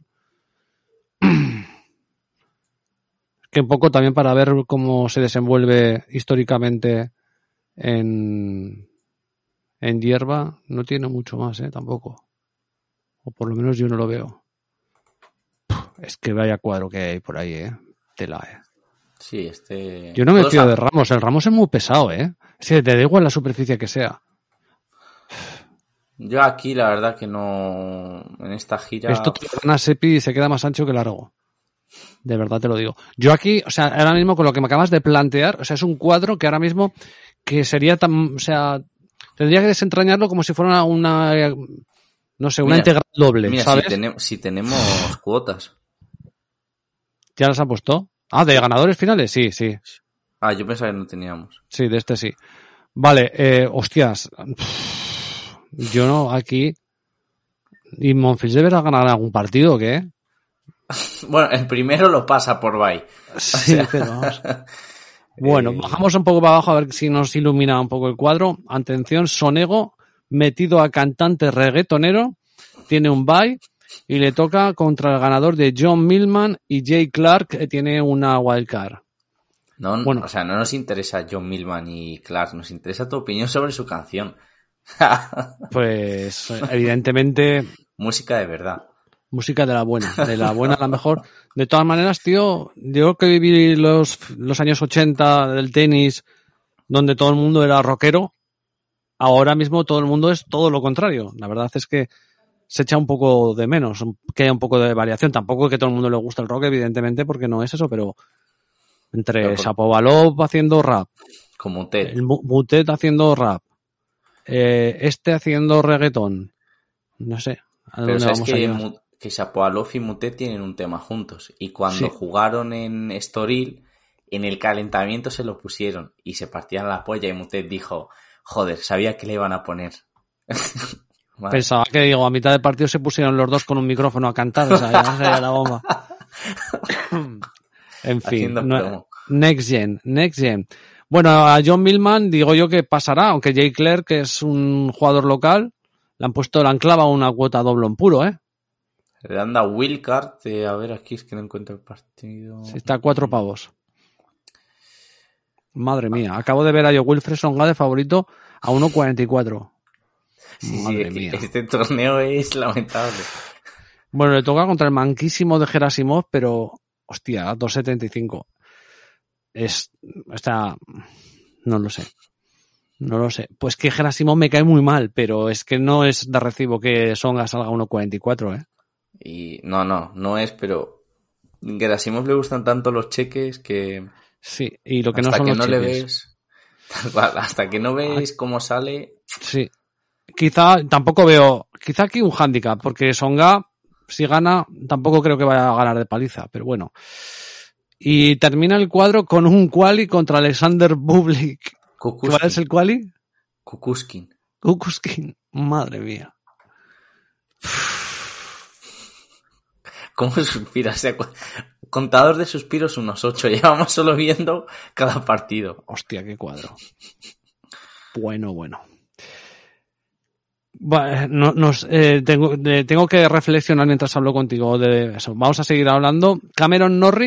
Que un poco también para ver cómo se desenvuelve históricamente en hierba. No tiene mucho más, tampoco. O por lo menos yo no lo veo. Es que vaya cuadro que hay por ahí, tela, Sí, Yo no me fío de Ramos. El Ramos es muy pesado, Sí, te da igual la superficie que sea. Yo aquí, la verdad que no... En esta gira... Esto te lo gana Sepi y se queda más ancho que largo. De verdad te lo digo. Yo aquí, o sea, ahora mismo con lo que me acabas de plantear, o sea, es un cuadro que ahora mismo que sería tan... O sea, tendría que desentrañarlo como si fuera una no sé, una integral doble, mira, ¿sabes? Si tenemos cuotas. ¿Ya las han puesto? Ah, ¿de ganadores finales? Sí. Ah, yo pensaba que no teníamos. Sí, de este sí. Vale, hostias. Yo no, aquí... ¿Y Monfils deberá ganar algún partido o qué? Bueno, el primero lo pasa por Bay. Sí, pero vamos. Bueno, bajamos un poco para abajo a ver si nos ilumina un poco el cuadro. Atención, Sonego, metido a cantante reggaetonero, tiene un bye y le toca contra el ganador de John Millman y Jay Clark, que tiene una wildcard. No, bueno, o sea, no nos interesa John Millman y Clark, nos interesa tu opinión sobre su canción. Pues, evidentemente... Música de verdad. Música de la buena a la mejor. De todas maneras, tío, yo que viví los años 80 del tenis, donde todo el mundo era rockero, ahora mismo todo el mundo es todo lo contrario. La verdad es que se echa un poco de menos, que haya un poco de variación. Tampoco es que todo el mundo le guste el rock, evidentemente, porque no es eso, pero entre Shapovalov haciendo rap, como Mutet. el Mutet haciendo rap, haciendo reggaetón, no sé. Pero sabes que Shapovalov y Mutet tienen un tema juntos. Y cuando jugaron en Estoril, en el calentamiento se lo pusieron y se partían la polla y Mutet dijo, joder, sabía que le iban a poner. Vale. Pensaba que, a mitad del partido se pusieron los dos con un micrófono a cantar, o sea, ya sería la bomba. En fin, Next Gen. Bueno, a John Millman digo yo que pasará, aunque Jay Clark, que es un jugador local, le han clavado una cuota doble en puro, Le anda Wildcard, a ver, aquí es que no encuentro el partido. Sí, está a 4 pavos. Madre mía, acabo de ver a Joe Wilfred Songa de favorito a 1.44. Madre mía. Este torneo es lamentable. Bueno, le toca contra el manquísimo de Gerasimov, pero, hostia, 2.75. No lo sé. Pues que Gerasimov me cae muy mal, pero es que no es de recibo que Songa salga a 1.44, Y no es, pero Gerasimov le gustan tanto los cheques que... Sí, y lo que no son los cheques. Le ves, hasta que no ves cómo sale... Sí. Quizá aquí un hándicap, porque Songa, si gana, tampoco creo que vaya a ganar de paliza, pero bueno. Y termina el cuadro con un quali contra Alexander Bublik. ¿Cuál es el quali? Kukushkin. Madre mía. ¿Cómo suspira? O sea, contador de suspiros unos 8. Llevamos solo viendo cada partido. Hostia, qué cuadro. Bueno. Bueno, tengo que reflexionar mientras hablo contigo de eso. Vamos a seguir hablando. Cameron Norrie,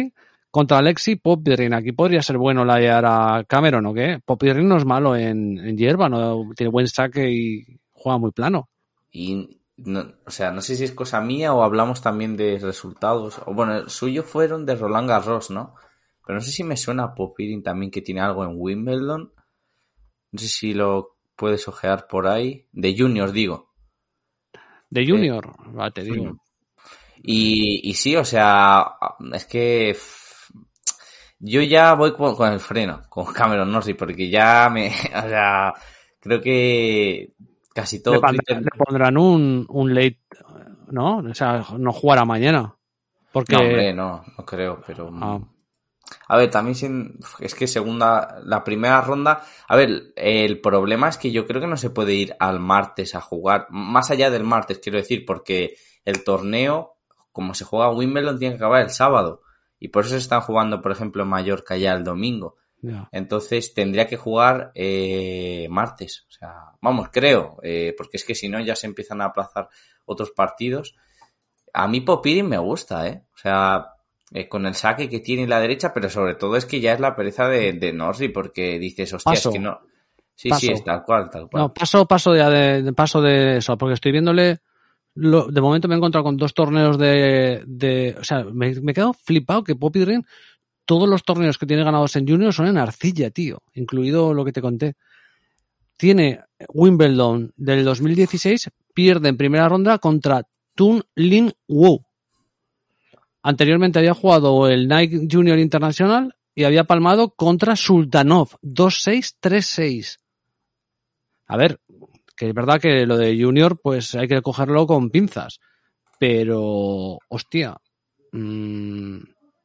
contra Alexi Popyrin. Aquí podría ser bueno layar a Cameron, ¿o qué? Popyrin no es malo en hierba, no tiene buen saque y juega muy plano. Y no, o sea, no sé si es cosa mía o hablamos también de resultados. O bueno, el suyo fueron de Roland Garros, ¿no? Pero no sé si me suena a Popyrin también que tiene algo en Wimbledon. No sé si lo puedes ojear por ahí. De Junior, digo. De Junior, te digo. Y sí, o sea, es que yo ya voy con el freno, con Cameron Norrie, porque ya o sea, creo que casi todo Le pondrán un late, ¿no? O sea, no jugará mañana. Porque... No, hombre, no creo, pero... A ver, también es que la primera ronda... A ver, el problema es que yo creo que no se puede ir al martes a jugar, más allá del martes, quiero decir, porque el torneo, como se juega Wimbledon, tiene que acabar el sábado. Y por eso se están jugando, por ejemplo, en Mallorca ya el domingo. Yeah. Entonces tendría que jugar martes. O sea, vamos, creo, porque es que si no ya se empiezan a aplazar otros partidos. A mí Popyrin me gusta, O sea... con el saque que tiene la derecha, pero sobre todo es que ya es la pereza de Norrie, porque dices, hostia, es que no... Sí, es tal cual. No, paso de eso, porque estoy viéndole... de momento me he encontrado con 2 torneos o sea, me he quedado flipado que Popyrin, todos los torneos que tiene ganados en Junior son en arcilla, tío, incluido lo que te conté. Tiene Wimbledon del 2016, pierde en primera ronda contra Tun Lin Wu. Anteriormente había jugado el Nike Junior International y había palmado contra Sultanov 2-6, 3-6. A ver, que es verdad que lo de Junior pues hay que cogerlo con pinzas, pero hostia, no,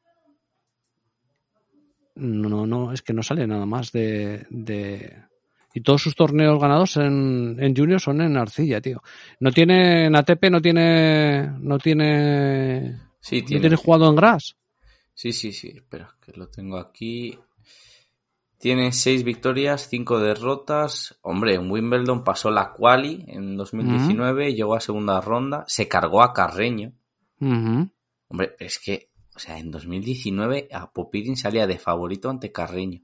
es que no sale nada más de... Y todos sus torneos ganados en Junior son en arcilla, tío. No tiene en ATP, no tiene... Sí, ¿No tienes jugado en Gras? Sí. Espera, que lo tengo aquí. Tiene 6 victorias, 5 derrotas. Hombre, en Wimbledon pasó la quali en 2019, llegó a segunda ronda, se cargó a Carreño. Hombre, es que, o sea, en 2019 a Popyrin salía de favorito ante Carreño.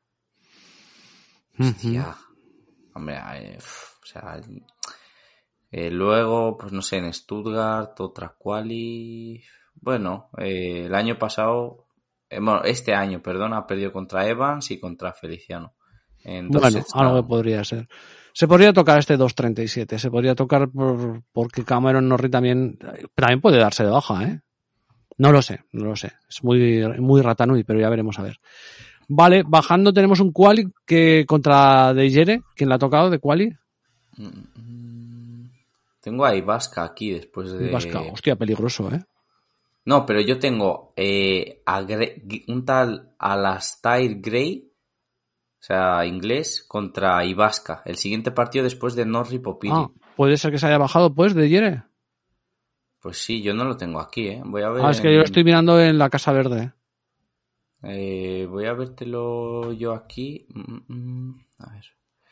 Hostia. Hombre, o sea... luego, pues no sé, en Stuttgart, otra quali... Bueno, el año pasado, este año, ha perdido contra Evans y contra Feliciano. Bueno, algo que podría ser. Se podría tocar este 2.37, se podría tocar porque Cameron Norrie también puede darse de baja, No lo sé. Es muy ratanui, pero ya veremos a ver. Vale, bajando tenemos un quali que contra Deijere, ¿quién la ha tocado de quali? Tengo a Ibasca aquí después de... Ibasca, hostia, peligroso, No, pero yo tengo un tal Alastair Gray, o sea, inglés, contra Ibasca. El siguiente partido después de Norrie Popyrin. ¿Puede ser que se haya bajado, pues, de Yere? Pues sí, yo no lo tengo aquí, Voy a ver... es que yo lo estoy mirando en la Casa Verde. Voy a vértelo yo aquí. A ver.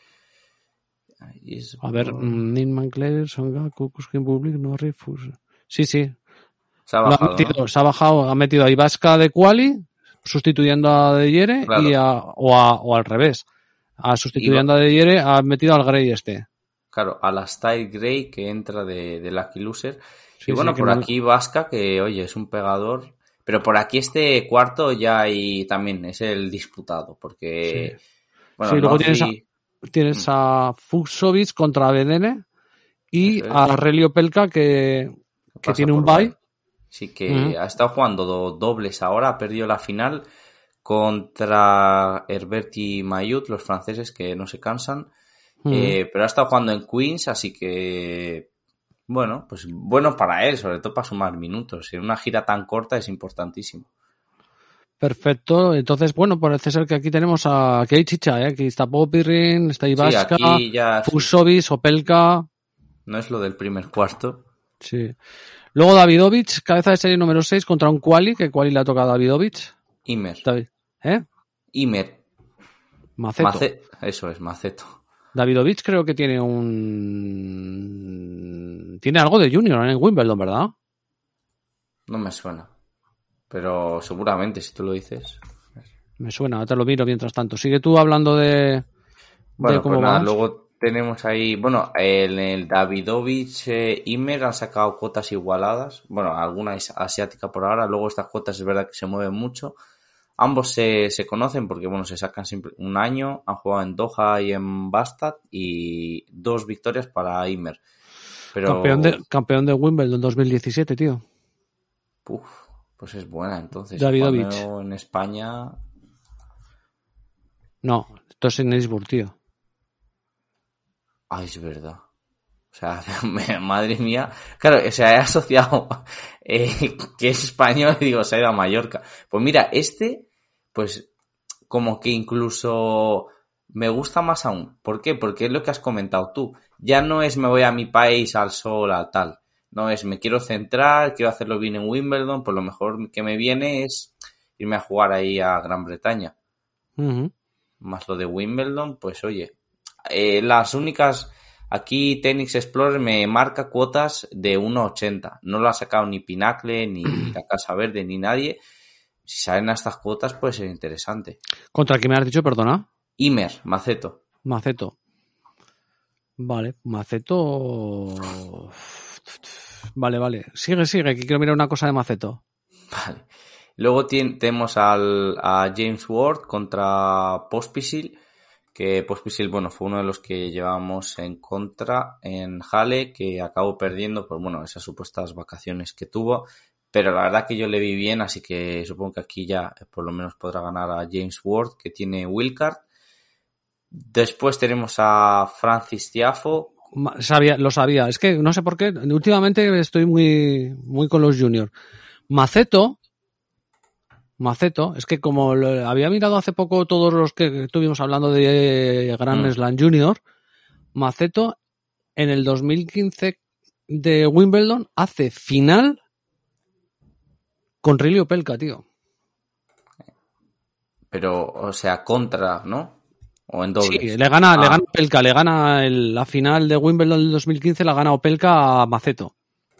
A ver, Ninman Claire, Songa, Kukuskin Public, Norrie, Fus. Sí. Se ha bajado, se ha bajado, ha metido a Ibasca de quali, sustituyendo a De Yere, claro. o al revés. Sustituyendo a De Yere, ha metido al Gray este. Claro, a la Style Gray que entra de Lucky Loser. Sí, y bueno, por aquí Ibasca, que oye, es un pegador. Pero por aquí este cuarto ya hay también, es el disputado, porque... Sí. Bueno, luego tienes a Fuxovic contra Bedene y a Relio Pelka que tiene un bye. Sí, que ha estado jugando dobles ahora, ha perdido la final contra Herbert y Mayut, los franceses que no se cansan, pero ha estado jugando en Queens, así que bueno, pues bueno para él, sobre todo para sumar minutos. En una gira tan corta es importantísimo. Perfecto, entonces bueno, parece ser que aquí tenemos aquí hay chicha, aquí está Popyrin, está Ibasca, Fuxovic, Opelka. No es lo del primer cuarto. Sí. Luego Davidovich, cabeza de serie número 6 contra un quali, que quali le ha tocado a Davidovich. Imer. Imer. Maceto. Eso es, Maceto. Davidovich creo que tiene tiene algo de junior en Wimbledon, ¿verdad? No me suena. Pero seguramente, si tú lo dices. Me suena, te lo miro mientras tanto. Sigue tú hablando de Bueno, cómo pues nada, vas. luego tenemos ahí, bueno, en el Davidovich Ymer han sacado cuotas igualadas, bueno, alguna es asiática por ahora, luego estas cuotas es verdad que se mueven mucho. Ambos se conocen porque, bueno, se sacan siempre un año, han jugado en Doha y en Bastad y 2 victorias para Ymer. Pero, Campeón de Wimbledon 2017, tío. Pues es buena, entonces. Davidovich. Cuando en España... No, esto es en Innsbruck, tío. Ay, es verdad. O sea, madre mía. Claro, o sea, he asociado que es español y digo, se ha ido a Mallorca. Pues mira, pues como que incluso me gusta más aún. ¿Por qué? Porque es lo que has comentado tú. Ya no es me voy a mi país al sol, a tal. No es me quiero centrar, quiero hacerlo bien en Wimbledon, pues lo mejor que me viene es irme a jugar ahí a Gran Bretaña. Uh-huh. Más lo de Wimbledon, pues oye, las únicas... Aquí Tennis Explorer me marca cuotas de 1,80. No lo ha sacado ni Pinacle, ni la Casa Verde, ni nadie. Si salen a estas cuotas puede ser interesante. ¿Contra quién me has dicho, perdona? Ymer, Maceto. Maceto. Vale, Maceto... Vale. Sigue, que quiero mirar una cosa de Maceto. Vale. Luego tenemos a James Ward contra Pospisil. Que Pospisil, bueno, fue uno de los que llevamos en contra en Halle, que acabó perdiendo por, bueno, esas supuestas vacaciones que tuvo. Pero la verdad que yo le vi bien, así que supongo que aquí ya por lo menos podrá ganar a James Ward, que tiene wildcard. Después tenemos a Francis Tiafoe. Lo sabía. Es que no sé por qué. Últimamente estoy muy con los juniors. Maceto, es que como había mirado hace poco todos los que estuvimos hablando de Grand Slam Junior, Maceto en el 2015 de Wimbledon hace final con Riley Opelka, tío. Pero, o sea, contra, ¿no? O en dobles. Sí, le gana Opelka, le gana la final de Wimbledon del 2015, la gana Opelka a Maceto.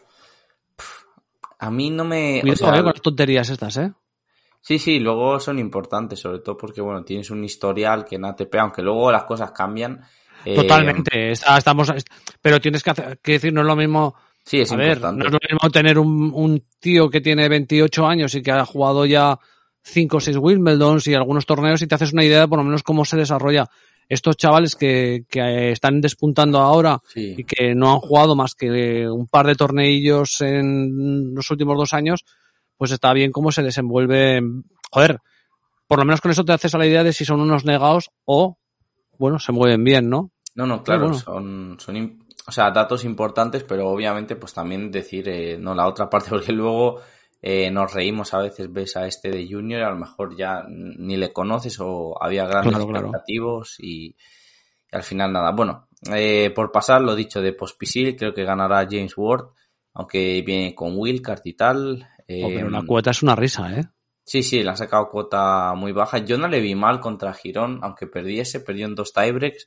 A mí no me... Cuidado, con las tonterías estas, ¿eh? Sí, luego son importantes, sobre todo porque, bueno, tienes un historial que en ATP, aunque luego las cosas cambian. Totalmente, pero tienes que decir, no es lo mismo. Sí, es importante. No es lo mismo tener un tío que tiene 28 años y que ha jugado ya 5 o 6 Wimbledons y algunos torneos y te haces una idea de por lo menos cómo se desarrolla. Estos chavales que están despuntando ahora y que no han jugado más que un par de torneillos en los últimos 2 años, pues está bien cómo se desenvuelve. Joder, por lo menos con eso te haces a la idea de si son unos negados o, bueno, se mueven bien, ¿no? No, claro, bueno. son o sea, datos importantes, pero obviamente pues también decir, no la otra parte, porque luego nos reímos a veces, ves a este de Junior y a lo mejor ya ni le conoces o había grandes expectativos y al final nada. Bueno, por pasar lo dicho de Pospisil, creo que ganará James Ward, aunque viene con wildcard y tal. Pero la cuota es una risa, ¿eh? Sí, le han sacado cuota muy baja. Yo no le vi mal contra Girón, aunque perdió en 2 tiebreaks.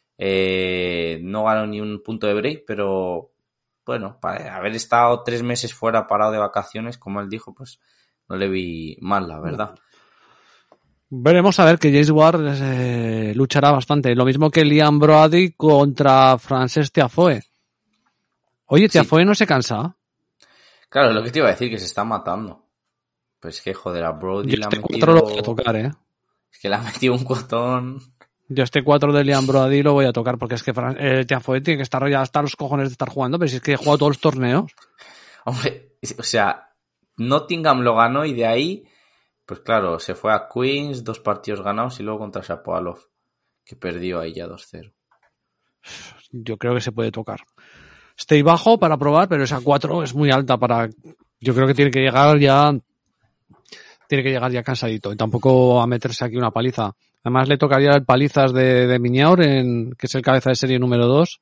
No ganó ni un punto de break, pero bueno, para haber estado 3 meses fuera parado de vacaciones, como él dijo, pues no le vi mal, la verdad. Veremos a ver que James Ward luchará bastante. Lo mismo que Liam Broady contra Frances Tiafoe. Oye, Tiafoe no se cansa. Claro, lo que te iba a decir, que se está matando. Pues que, joder, a Brody le ha metido... 4 lo voy a tocar, ¿eh? Es que le ha metido un cuotón... Yo 4 de Liam Broady lo voy a tocar, porque es que Tiafoe tiene que estar ya hasta los cojones de estar jugando, pero si es que he jugado todos los torneos. Hombre, o sea, Nottingham lo ganó y de ahí, pues claro, se fue a Queens, 2 partidos ganados y luego contra Shapovalov, que perdió ahí ya 2-0. Yo creo que se puede tocar. Estoy bajo para probar, pero esa 4 es muy alta para... Yo creo que tiene que llegar ya cansadito y tampoco a meterse aquí una paliza. Además le tocaría el palizas de Miñaur, que es el cabeza de serie número 2.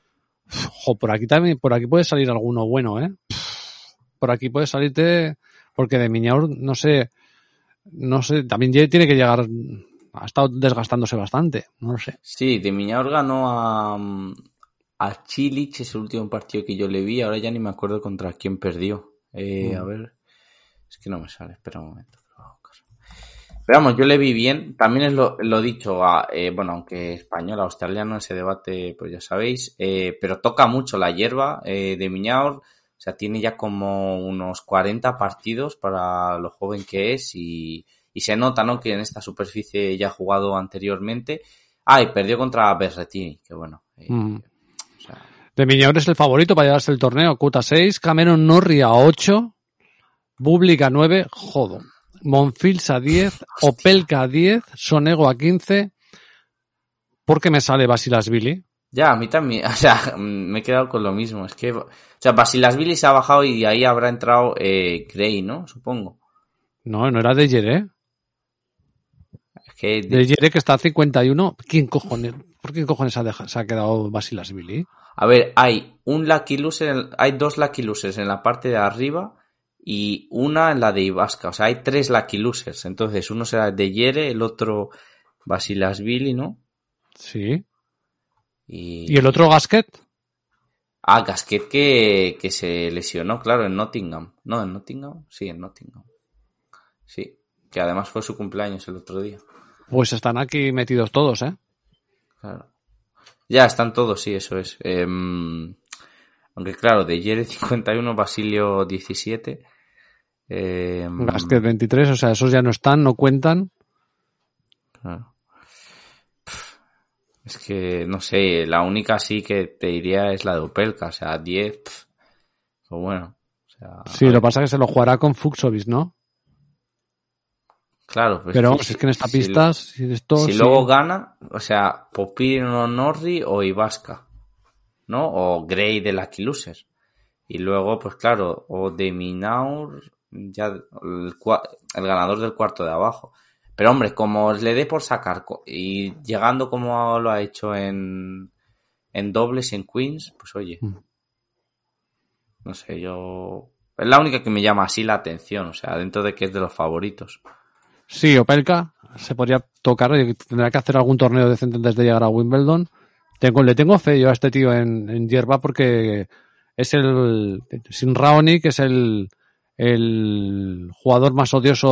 Por aquí puede salir alguno bueno, ¿eh? Por aquí puede salirte, porque de Miñaur no sé, también tiene que llegar, ha estado desgastándose bastante, no lo sé. Sí, de Miñaur ganó a Chilich, ese último partido que yo le vi, ahora ya ni me acuerdo contra quién perdió. A ver, Es que no me sale, espera un momento. Pero vamos, yo le vi bien. También es lo dicho, bueno, aunque español, australiano, ese debate, pues ya sabéis, pero toca mucho la hierba de Miñaur. O sea, tiene ya como unos 40 partidos para lo joven que es y se nota, ¿no?, que en esta superficie ya ha jugado anteriormente. Y perdió contra Berretini, que bueno. O sea, De Miñaur es el favorito para llevarse el torneo. Cuota 6, Cameron Norrie a 8, Bublik a 9, jodo. Monfils a 10, Opelka a 10, Sonego a 15. ¿Por qué me sale Basilashvili? ya, a mí también, o sea, me he quedado con lo mismo. Es que, o sea, Basilashvili se ha bajado y ahí habrá entrado Gray, ¿no? Supongo. No era de Yere. Es que De Yere, que está a 51. ¿Quién cojones? ¿Por qué cojones se ha quedado Basilashvili? A ver, hay un Lucky Loser, hay 2 Lucky Losers en la parte de arriba y una en la de Ibasca. O sea, hay 3 Lucky Losers. Entonces, uno será de Yere, el otro Basilashvili, ¿no? Sí. ¿Y el otro Gasquet? Gasquet que se lesionó, claro, en Nottingham. ¿No, en Nottingham? Sí, en Nottingham. Sí, que además fue su cumpleaños el otro día. Pues están aquí metidos todos, ¿eh? Claro. Ya, están todos, sí, eso es. Aunque claro, de Yere 51, Basilio 17. Gasquet 23, o sea, esos ya no están, no cuentan. Claro. Es que, no sé, la única sí que te diría es la de Opelka, o sea, 10, pues bueno. O sea, sí, lo que pasa es que se lo jugará con Fuxovic, ¿no? Claro, pues pero es que en esta pista, si luego gana, o sea, Popino, Norrie o Ibasca, ¿no? O Gray de Lucky Loser. Y luego, pues claro, o de Minaur, ya el ganador del cuarto de abajo. Pero hombre, como le dé por sacar y llegando como lo ha hecho en dobles, en queens, pues oye, no sé, yo... Es la única que me llama así la atención, o sea, dentro de que es de los favoritos. Sí, Opelka se podría tocar, tendrá que hacer algún torneo decente antes de llegar a Wimbledon. Le tengo fe yo a este tío en hierba porque es sin Raonic, es el jugador más odioso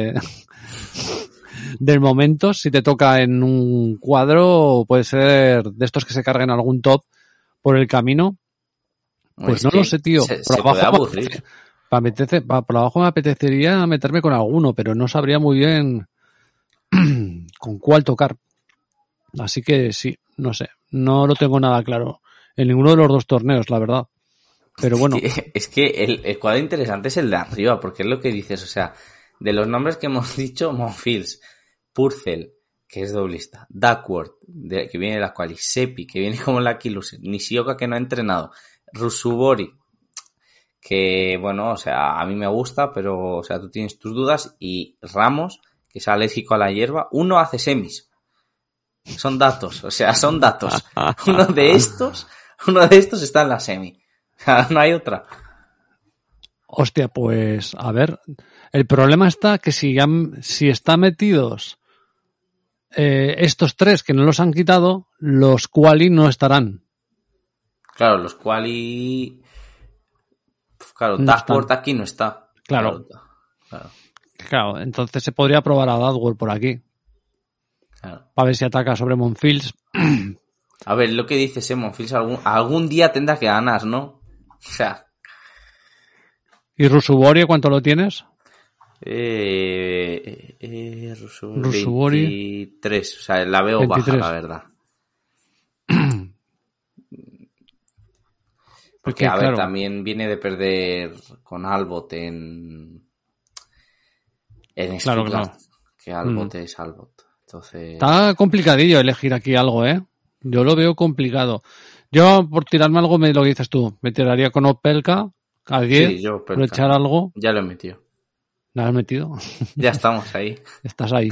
del momento. Si te toca en un cuadro, puede ser de estos que se carguen algún top por el camino. Pues no lo sé, tío. Se puede aburrir. Por abajo me apetecería meterme con alguno, pero no sabría muy bien con cuál tocar. Así que sí, no sé. No lo tengo nada claro en ninguno de los dos torneos, la verdad. Pero bueno. Es que el cuadro interesante es el de arriba, porque es lo que dices, o sea, de los nombres que hemos dicho, Monfils, Purcell, que es doblista, Duckworth, que viene de la quali, Seppi, que viene como Lucky Loser, Nishioka, que no ha entrenado, Rusubori, que bueno, o sea, a mí me gusta, pero o sea, tú tienes tus dudas, y Ramos, que es alérgico a la hierba, uno hace semis. Son datos, o sea, son datos. Uno de estos está en la semi. O sea, no hay otra. Hostia, pues, a ver, el problema está que si están metidos estos 3 que no los han quitado, los quali no estarán. Claro, los quali... Claro, no Duckworth aquí no está. Claro, entonces se podría probar a Duckworth por aquí. Claro. Para ver si ataca sobre Monfils. A ver, lo que dices, Monfils algún día tendrá que ganar, ¿no? O sea... ¿Y Rusubori cuánto lo tienes? Rusubori 23, o sea, la veo 23. Baja, la verdad. Porque, a ver, claro, también viene de perder con Albot en Stuttgart, claro. Que Albot es Albot. Entonces... Está complicadillo elegir aquí algo, ¿eh? Yo lo veo complicado. Yo, por tirarme algo, lo que dices tú, me tiraría con Opelka a 10, sí, por echar algo. Ya lo he metido. ¿Lo has metido? Ya estamos ahí. Estás ahí.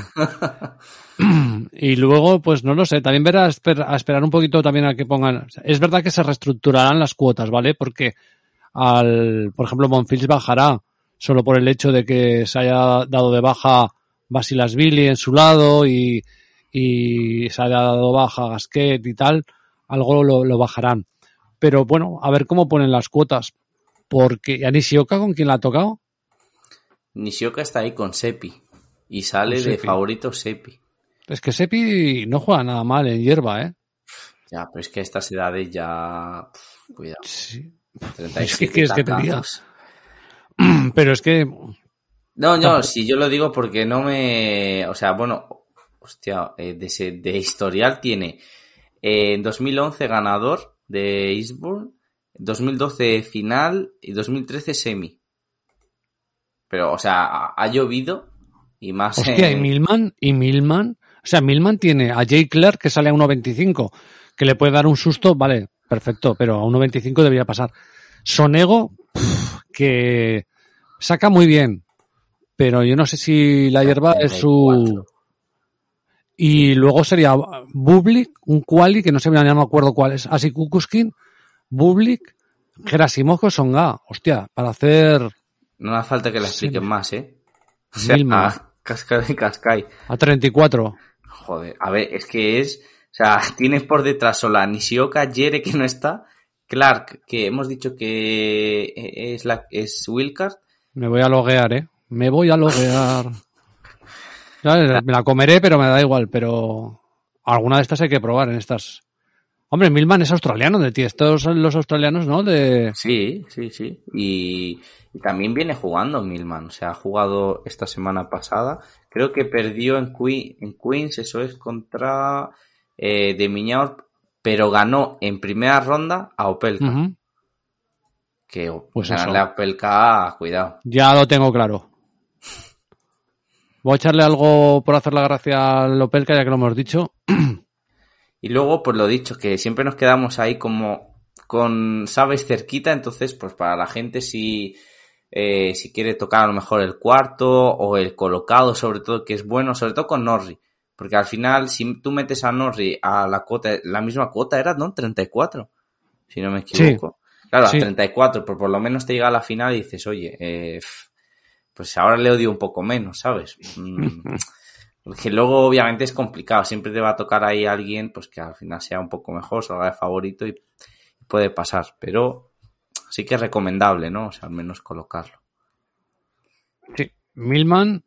Y luego, pues no lo sé, también verá a esperar un poquito también a que pongan... Es verdad que se reestructurarán las cuotas, ¿vale? Porque, por ejemplo, Monfils bajará solo por el hecho de que se haya dado de baja Basilashvili en su lado y se haya dado baja Gasquet y tal, algo lo bajarán. Pero bueno, a ver cómo ponen las cuotas. Porque, ¿a Nishioka con quién la ha tocado? Nishioka está ahí con Seppi. Y sale de favorito Seppi. Es que Seppi no juega nada mal en hierba, ¿eh? Ya, pero es que a estas edades ya... cuidado. Sí. 37 es que te diga. Pero es que... No, si yo lo digo porque no me... O sea, bueno, hostia, de historial tiene en 2011 ganador de Eastbourne, 2012 final y 2013 semi. Pero, o sea, ha llovido y más... Hostia, y Millman... O sea, Millman tiene a Jay Clark que sale a 1.25, que le puede dar un susto, vale, perfecto, pero a 1.25 debería pasar. Sonego, que saca muy bien, pero yo no sé si la hierba es su... Y luego sería Bublik, un quali, que no sé, ya no me acuerdo cuál es, así Kukuskin, Bublik, Gerasimov, Songa, hostia, para hacer... No hace falta que la expliquen más, ¿eh? O sea, a Cascai. A 34. Joder, a ver, es que es... O sea, tienes por detrás solo a Nishioka, Jere, que no está, Clark, que hemos dicho que es Wilcard. Me voy a loguear, ¿eh? Me voy a loguear. Me la comeré, pero me da igual, pero alguna de estas hay que probar en estas. Hombre, Millman es australiano, de ti. Estos son los australianos, ¿no? Sí. Y también viene jugando Millman. O sea, ha jugado esta semana pasada. Creo que perdió en Queens, eso es, contra de Miñaur, pero ganó en primera ronda a Opelka. Uh-huh. Que pues ganarle a Opelka, cuidado. Ya lo tengo claro. Voy a echarle algo por hacer la gracia al Opelka, ya que lo hemos dicho. Y luego, pues lo dicho, que siempre nos quedamos ahí como con Sabes cerquita, entonces, pues para la gente si quiere tocar a lo mejor el cuarto o el colocado, sobre todo, que es bueno, sobre todo con Norrie, porque al final, si tú metes a Norrie a la cuota, la misma cuota era, ¿no? 34, si no me equivoco. Sí. Claro, sí. A 34, pues por lo menos te llega a la final y dices, oye, pues ahora le odio un poco menos, ¿sabes? Porque luego obviamente es complicado, siempre te va a tocar ahí a alguien pues que al final sea un poco mejor, salga de favorito y puede pasar, pero sí que es recomendable, ¿no? O sea, al menos colocarlo. Sí, Millman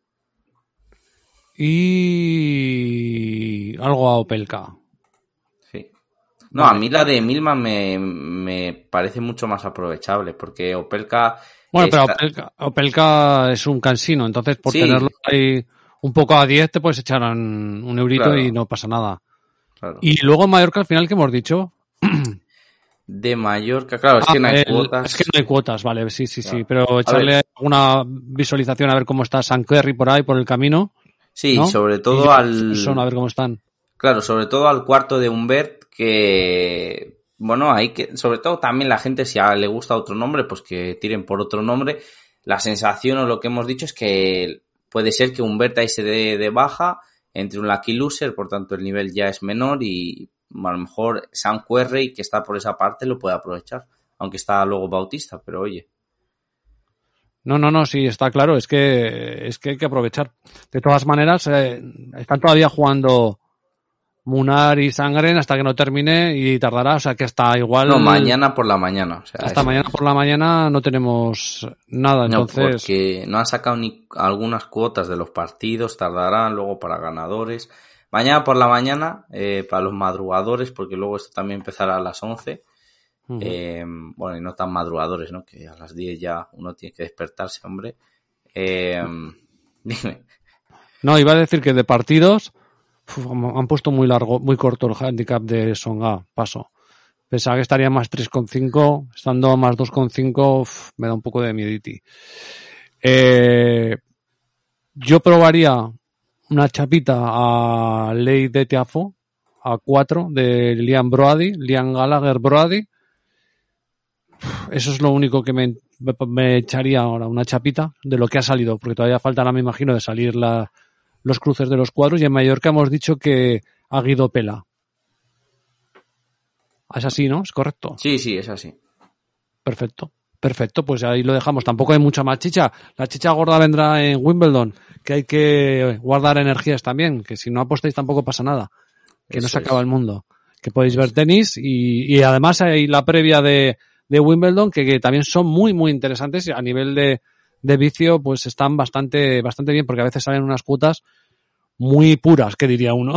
y algo a Opelka. Sí. No, a mí la de Millman me parece mucho más aprovechable, porque Opelka... Bueno, pero Opelka es un cansino, entonces por tenerlo ahí... Un poco a 10 te puedes echar un eurito, claro, y no pasa nada. Claro. Y luego en Mallorca al final, ¿qué hemos dicho? De Mallorca, claro, es que no hay cuotas. Es que no hay cuotas, vale, sí. Claro. Pero echarle una visualización a ver cómo está San Querry por ahí, por el camino. Sí, ¿no? Sobre todo a ver cómo están. Claro, sobre todo al cuarto de Humbert, que... Bueno, hay que... Sobre todo también la gente, si le gusta otro nombre, pues que tiren por otro nombre. La sensación o lo que hemos dicho es que... Puede ser que Humbert ahí se dé de baja, entre un lucky loser, por tanto el nivel ya es menor y a lo mejor Sam Querrey, que está por esa parte, lo puede aprovechar, aunque está luego Bautista, pero oye. No, sí, está claro, es que hay que aprovechar. De todas maneras, están todavía jugando Munar y Sangren hasta que no termine y tardará, o sea que está igual... No, mañana por la mañana. O sea, hasta mañana por la mañana no tenemos nada, entonces... No, porque no han sacado ni algunas cuotas de los partidos, tardarán luego para ganadores. Mañana por la mañana, para los madrugadores, porque luego esto también empezará a las 11. Uh-huh. Bueno, y no tan madrugadores, ¿no? Que a las 10 ya uno tiene que despertarse, hombre. Dime. No, iba a decir que de partidos... han puesto muy corto el handicap de Songa, paso. Pensaba que estaría más 3,5, estando más 2,5, me da un poco de miediti. Yo probaría una chapita a Ley de Tiafo, a 4, de Liam Gallagher Brody. Eso es lo único que me echaría ahora, una chapita de lo que ha salido, porque todavía faltará, me imagino, de salir los cruces de los cuadros, y en Mallorca hemos dicho que a Guido Pela. Es así, ¿no? ¿Es correcto? Sí, es así. Perfecto, pues ahí lo dejamos. Tampoco hay mucha más chicha. La chicha gorda vendrá en Wimbledon, que hay que guardar energías también, que si no apostáis tampoco pasa nada, que eso no se acaba el mundo. Que podéis ver tenis y además hay la previa de Wimbledon, que también son muy, muy interesantes a nivel de de vicio, pues están bastante bien, porque a veces salen unas cuotas muy puras, que diría uno.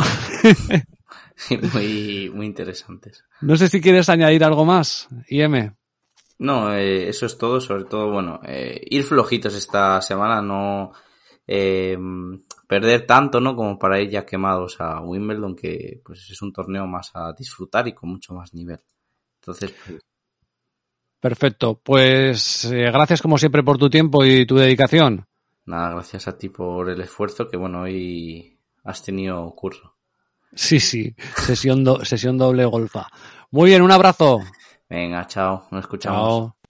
Muy, muy interesantes. No sé si quieres añadir algo más, IM. No, eso es todo. Sobre todo, bueno, ir flojitos esta semana, no perder tanto, ¿no? Como para ir ya quemados a Wimbledon, que pues es un torneo más a disfrutar y con mucho más nivel. Entonces, pues... Perfecto. Pues gracias como siempre por tu tiempo y tu dedicación. Nada, gracias a ti por el esfuerzo, que bueno, hoy has tenido curro. Sí, sesión doble golfa. Muy bien, un abrazo. Venga, chao, nos escuchamos. Chao.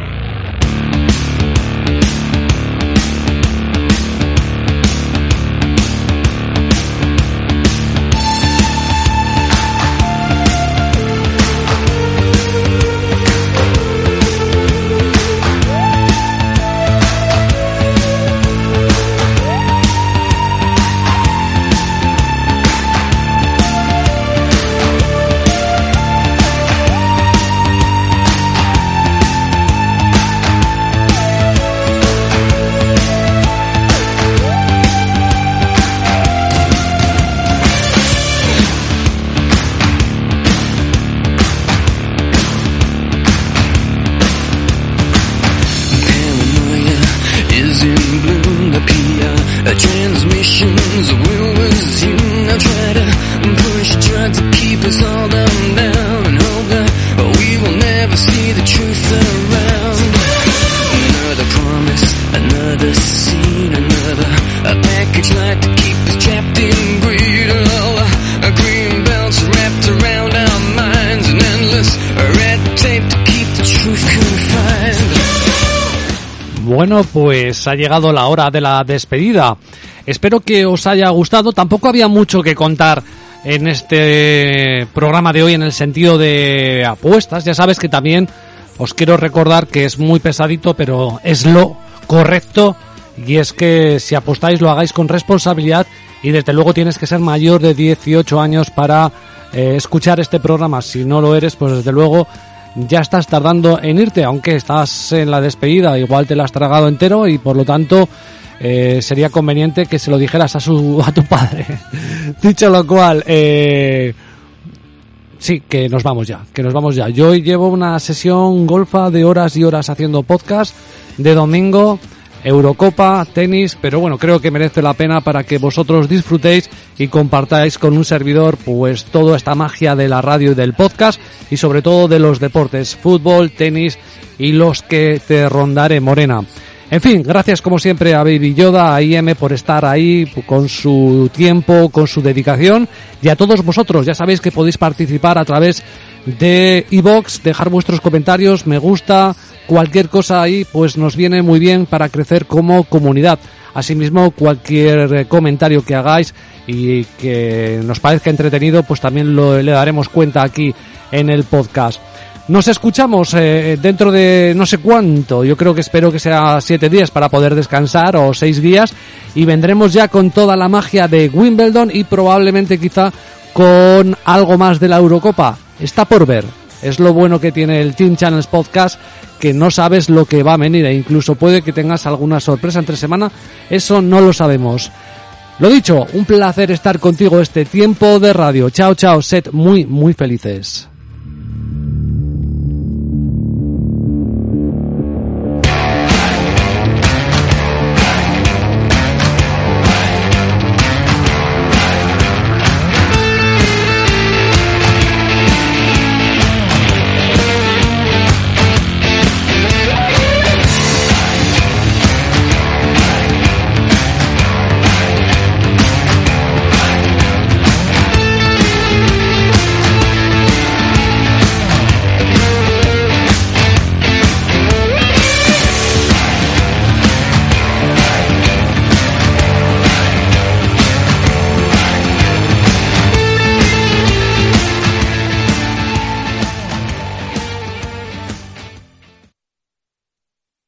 Transmissions will resume. Now try to push drugs to keep us all down and hope that we will never see the truth around. Another promise, another scene, another package like to keep us trapped in greed. All green belts wrapped around our minds, and endless red tape to keep the truth confined. Bueno, pues ha llegado la hora de la despedida. Espero que os haya gustado. Tampoco había mucho que contar en este programa de hoy en el sentido de apuestas. Ya sabes que también os quiero recordar que es muy pesadito, pero es lo correcto. Y es que si apostáis lo hagáis con responsabilidad y desde luego tienes que ser mayor de 18 años para escuchar este programa. Si no lo eres, pues desde luego ya estás tardando en irte, aunque estás en la despedida, igual te la has tragado entero y por lo tanto sería conveniente que se lo dijeras a tu padre. Dicho lo cual, sí, que nos vamos ya. Yo hoy llevo una sesión golfa de horas y horas haciendo podcast de domingo, Eurocopa, tenis, pero bueno, creo que merece la pena para que vosotros disfrutéis y compartáis con un servidor pues toda esta magia de la radio y del podcast y sobre todo de los deportes, fútbol, tenis y los que te rondaré, Morena. En fin, gracias como siempre a Baby Yoda, a IM por estar ahí con su tiempo, con su dedicación y a todos vosotros. Ya sabéis que podéis participar a través de iVoox, dejar vuestros comentarios, me gusta, cualquier cosa ahí pues nos viene muy bien para crecer como comunidad. Asimismo, cualquier comentario que hagáis y que nos parezca entretenido pues también le daremos cuenta aquí en el podcast. Nos escuchamos dentro de no sé cuánto, yo creo que espero que sea 7 días para poder descansar o 6 días y vendremos ya con toda la magia de Wimbledon y probablemente quizá con algo más de la Eurocopa. Está por ver, es lo bueno que tiene el Team Channels Podcast, que no sabes lo que va a venir e incluso puede que tengas alguna sorpresa entre semana, eso no lo sabemos. Lo dicho, un placer estar contigo este tiempo de radio. Chao, chao, sed muy, muy felices.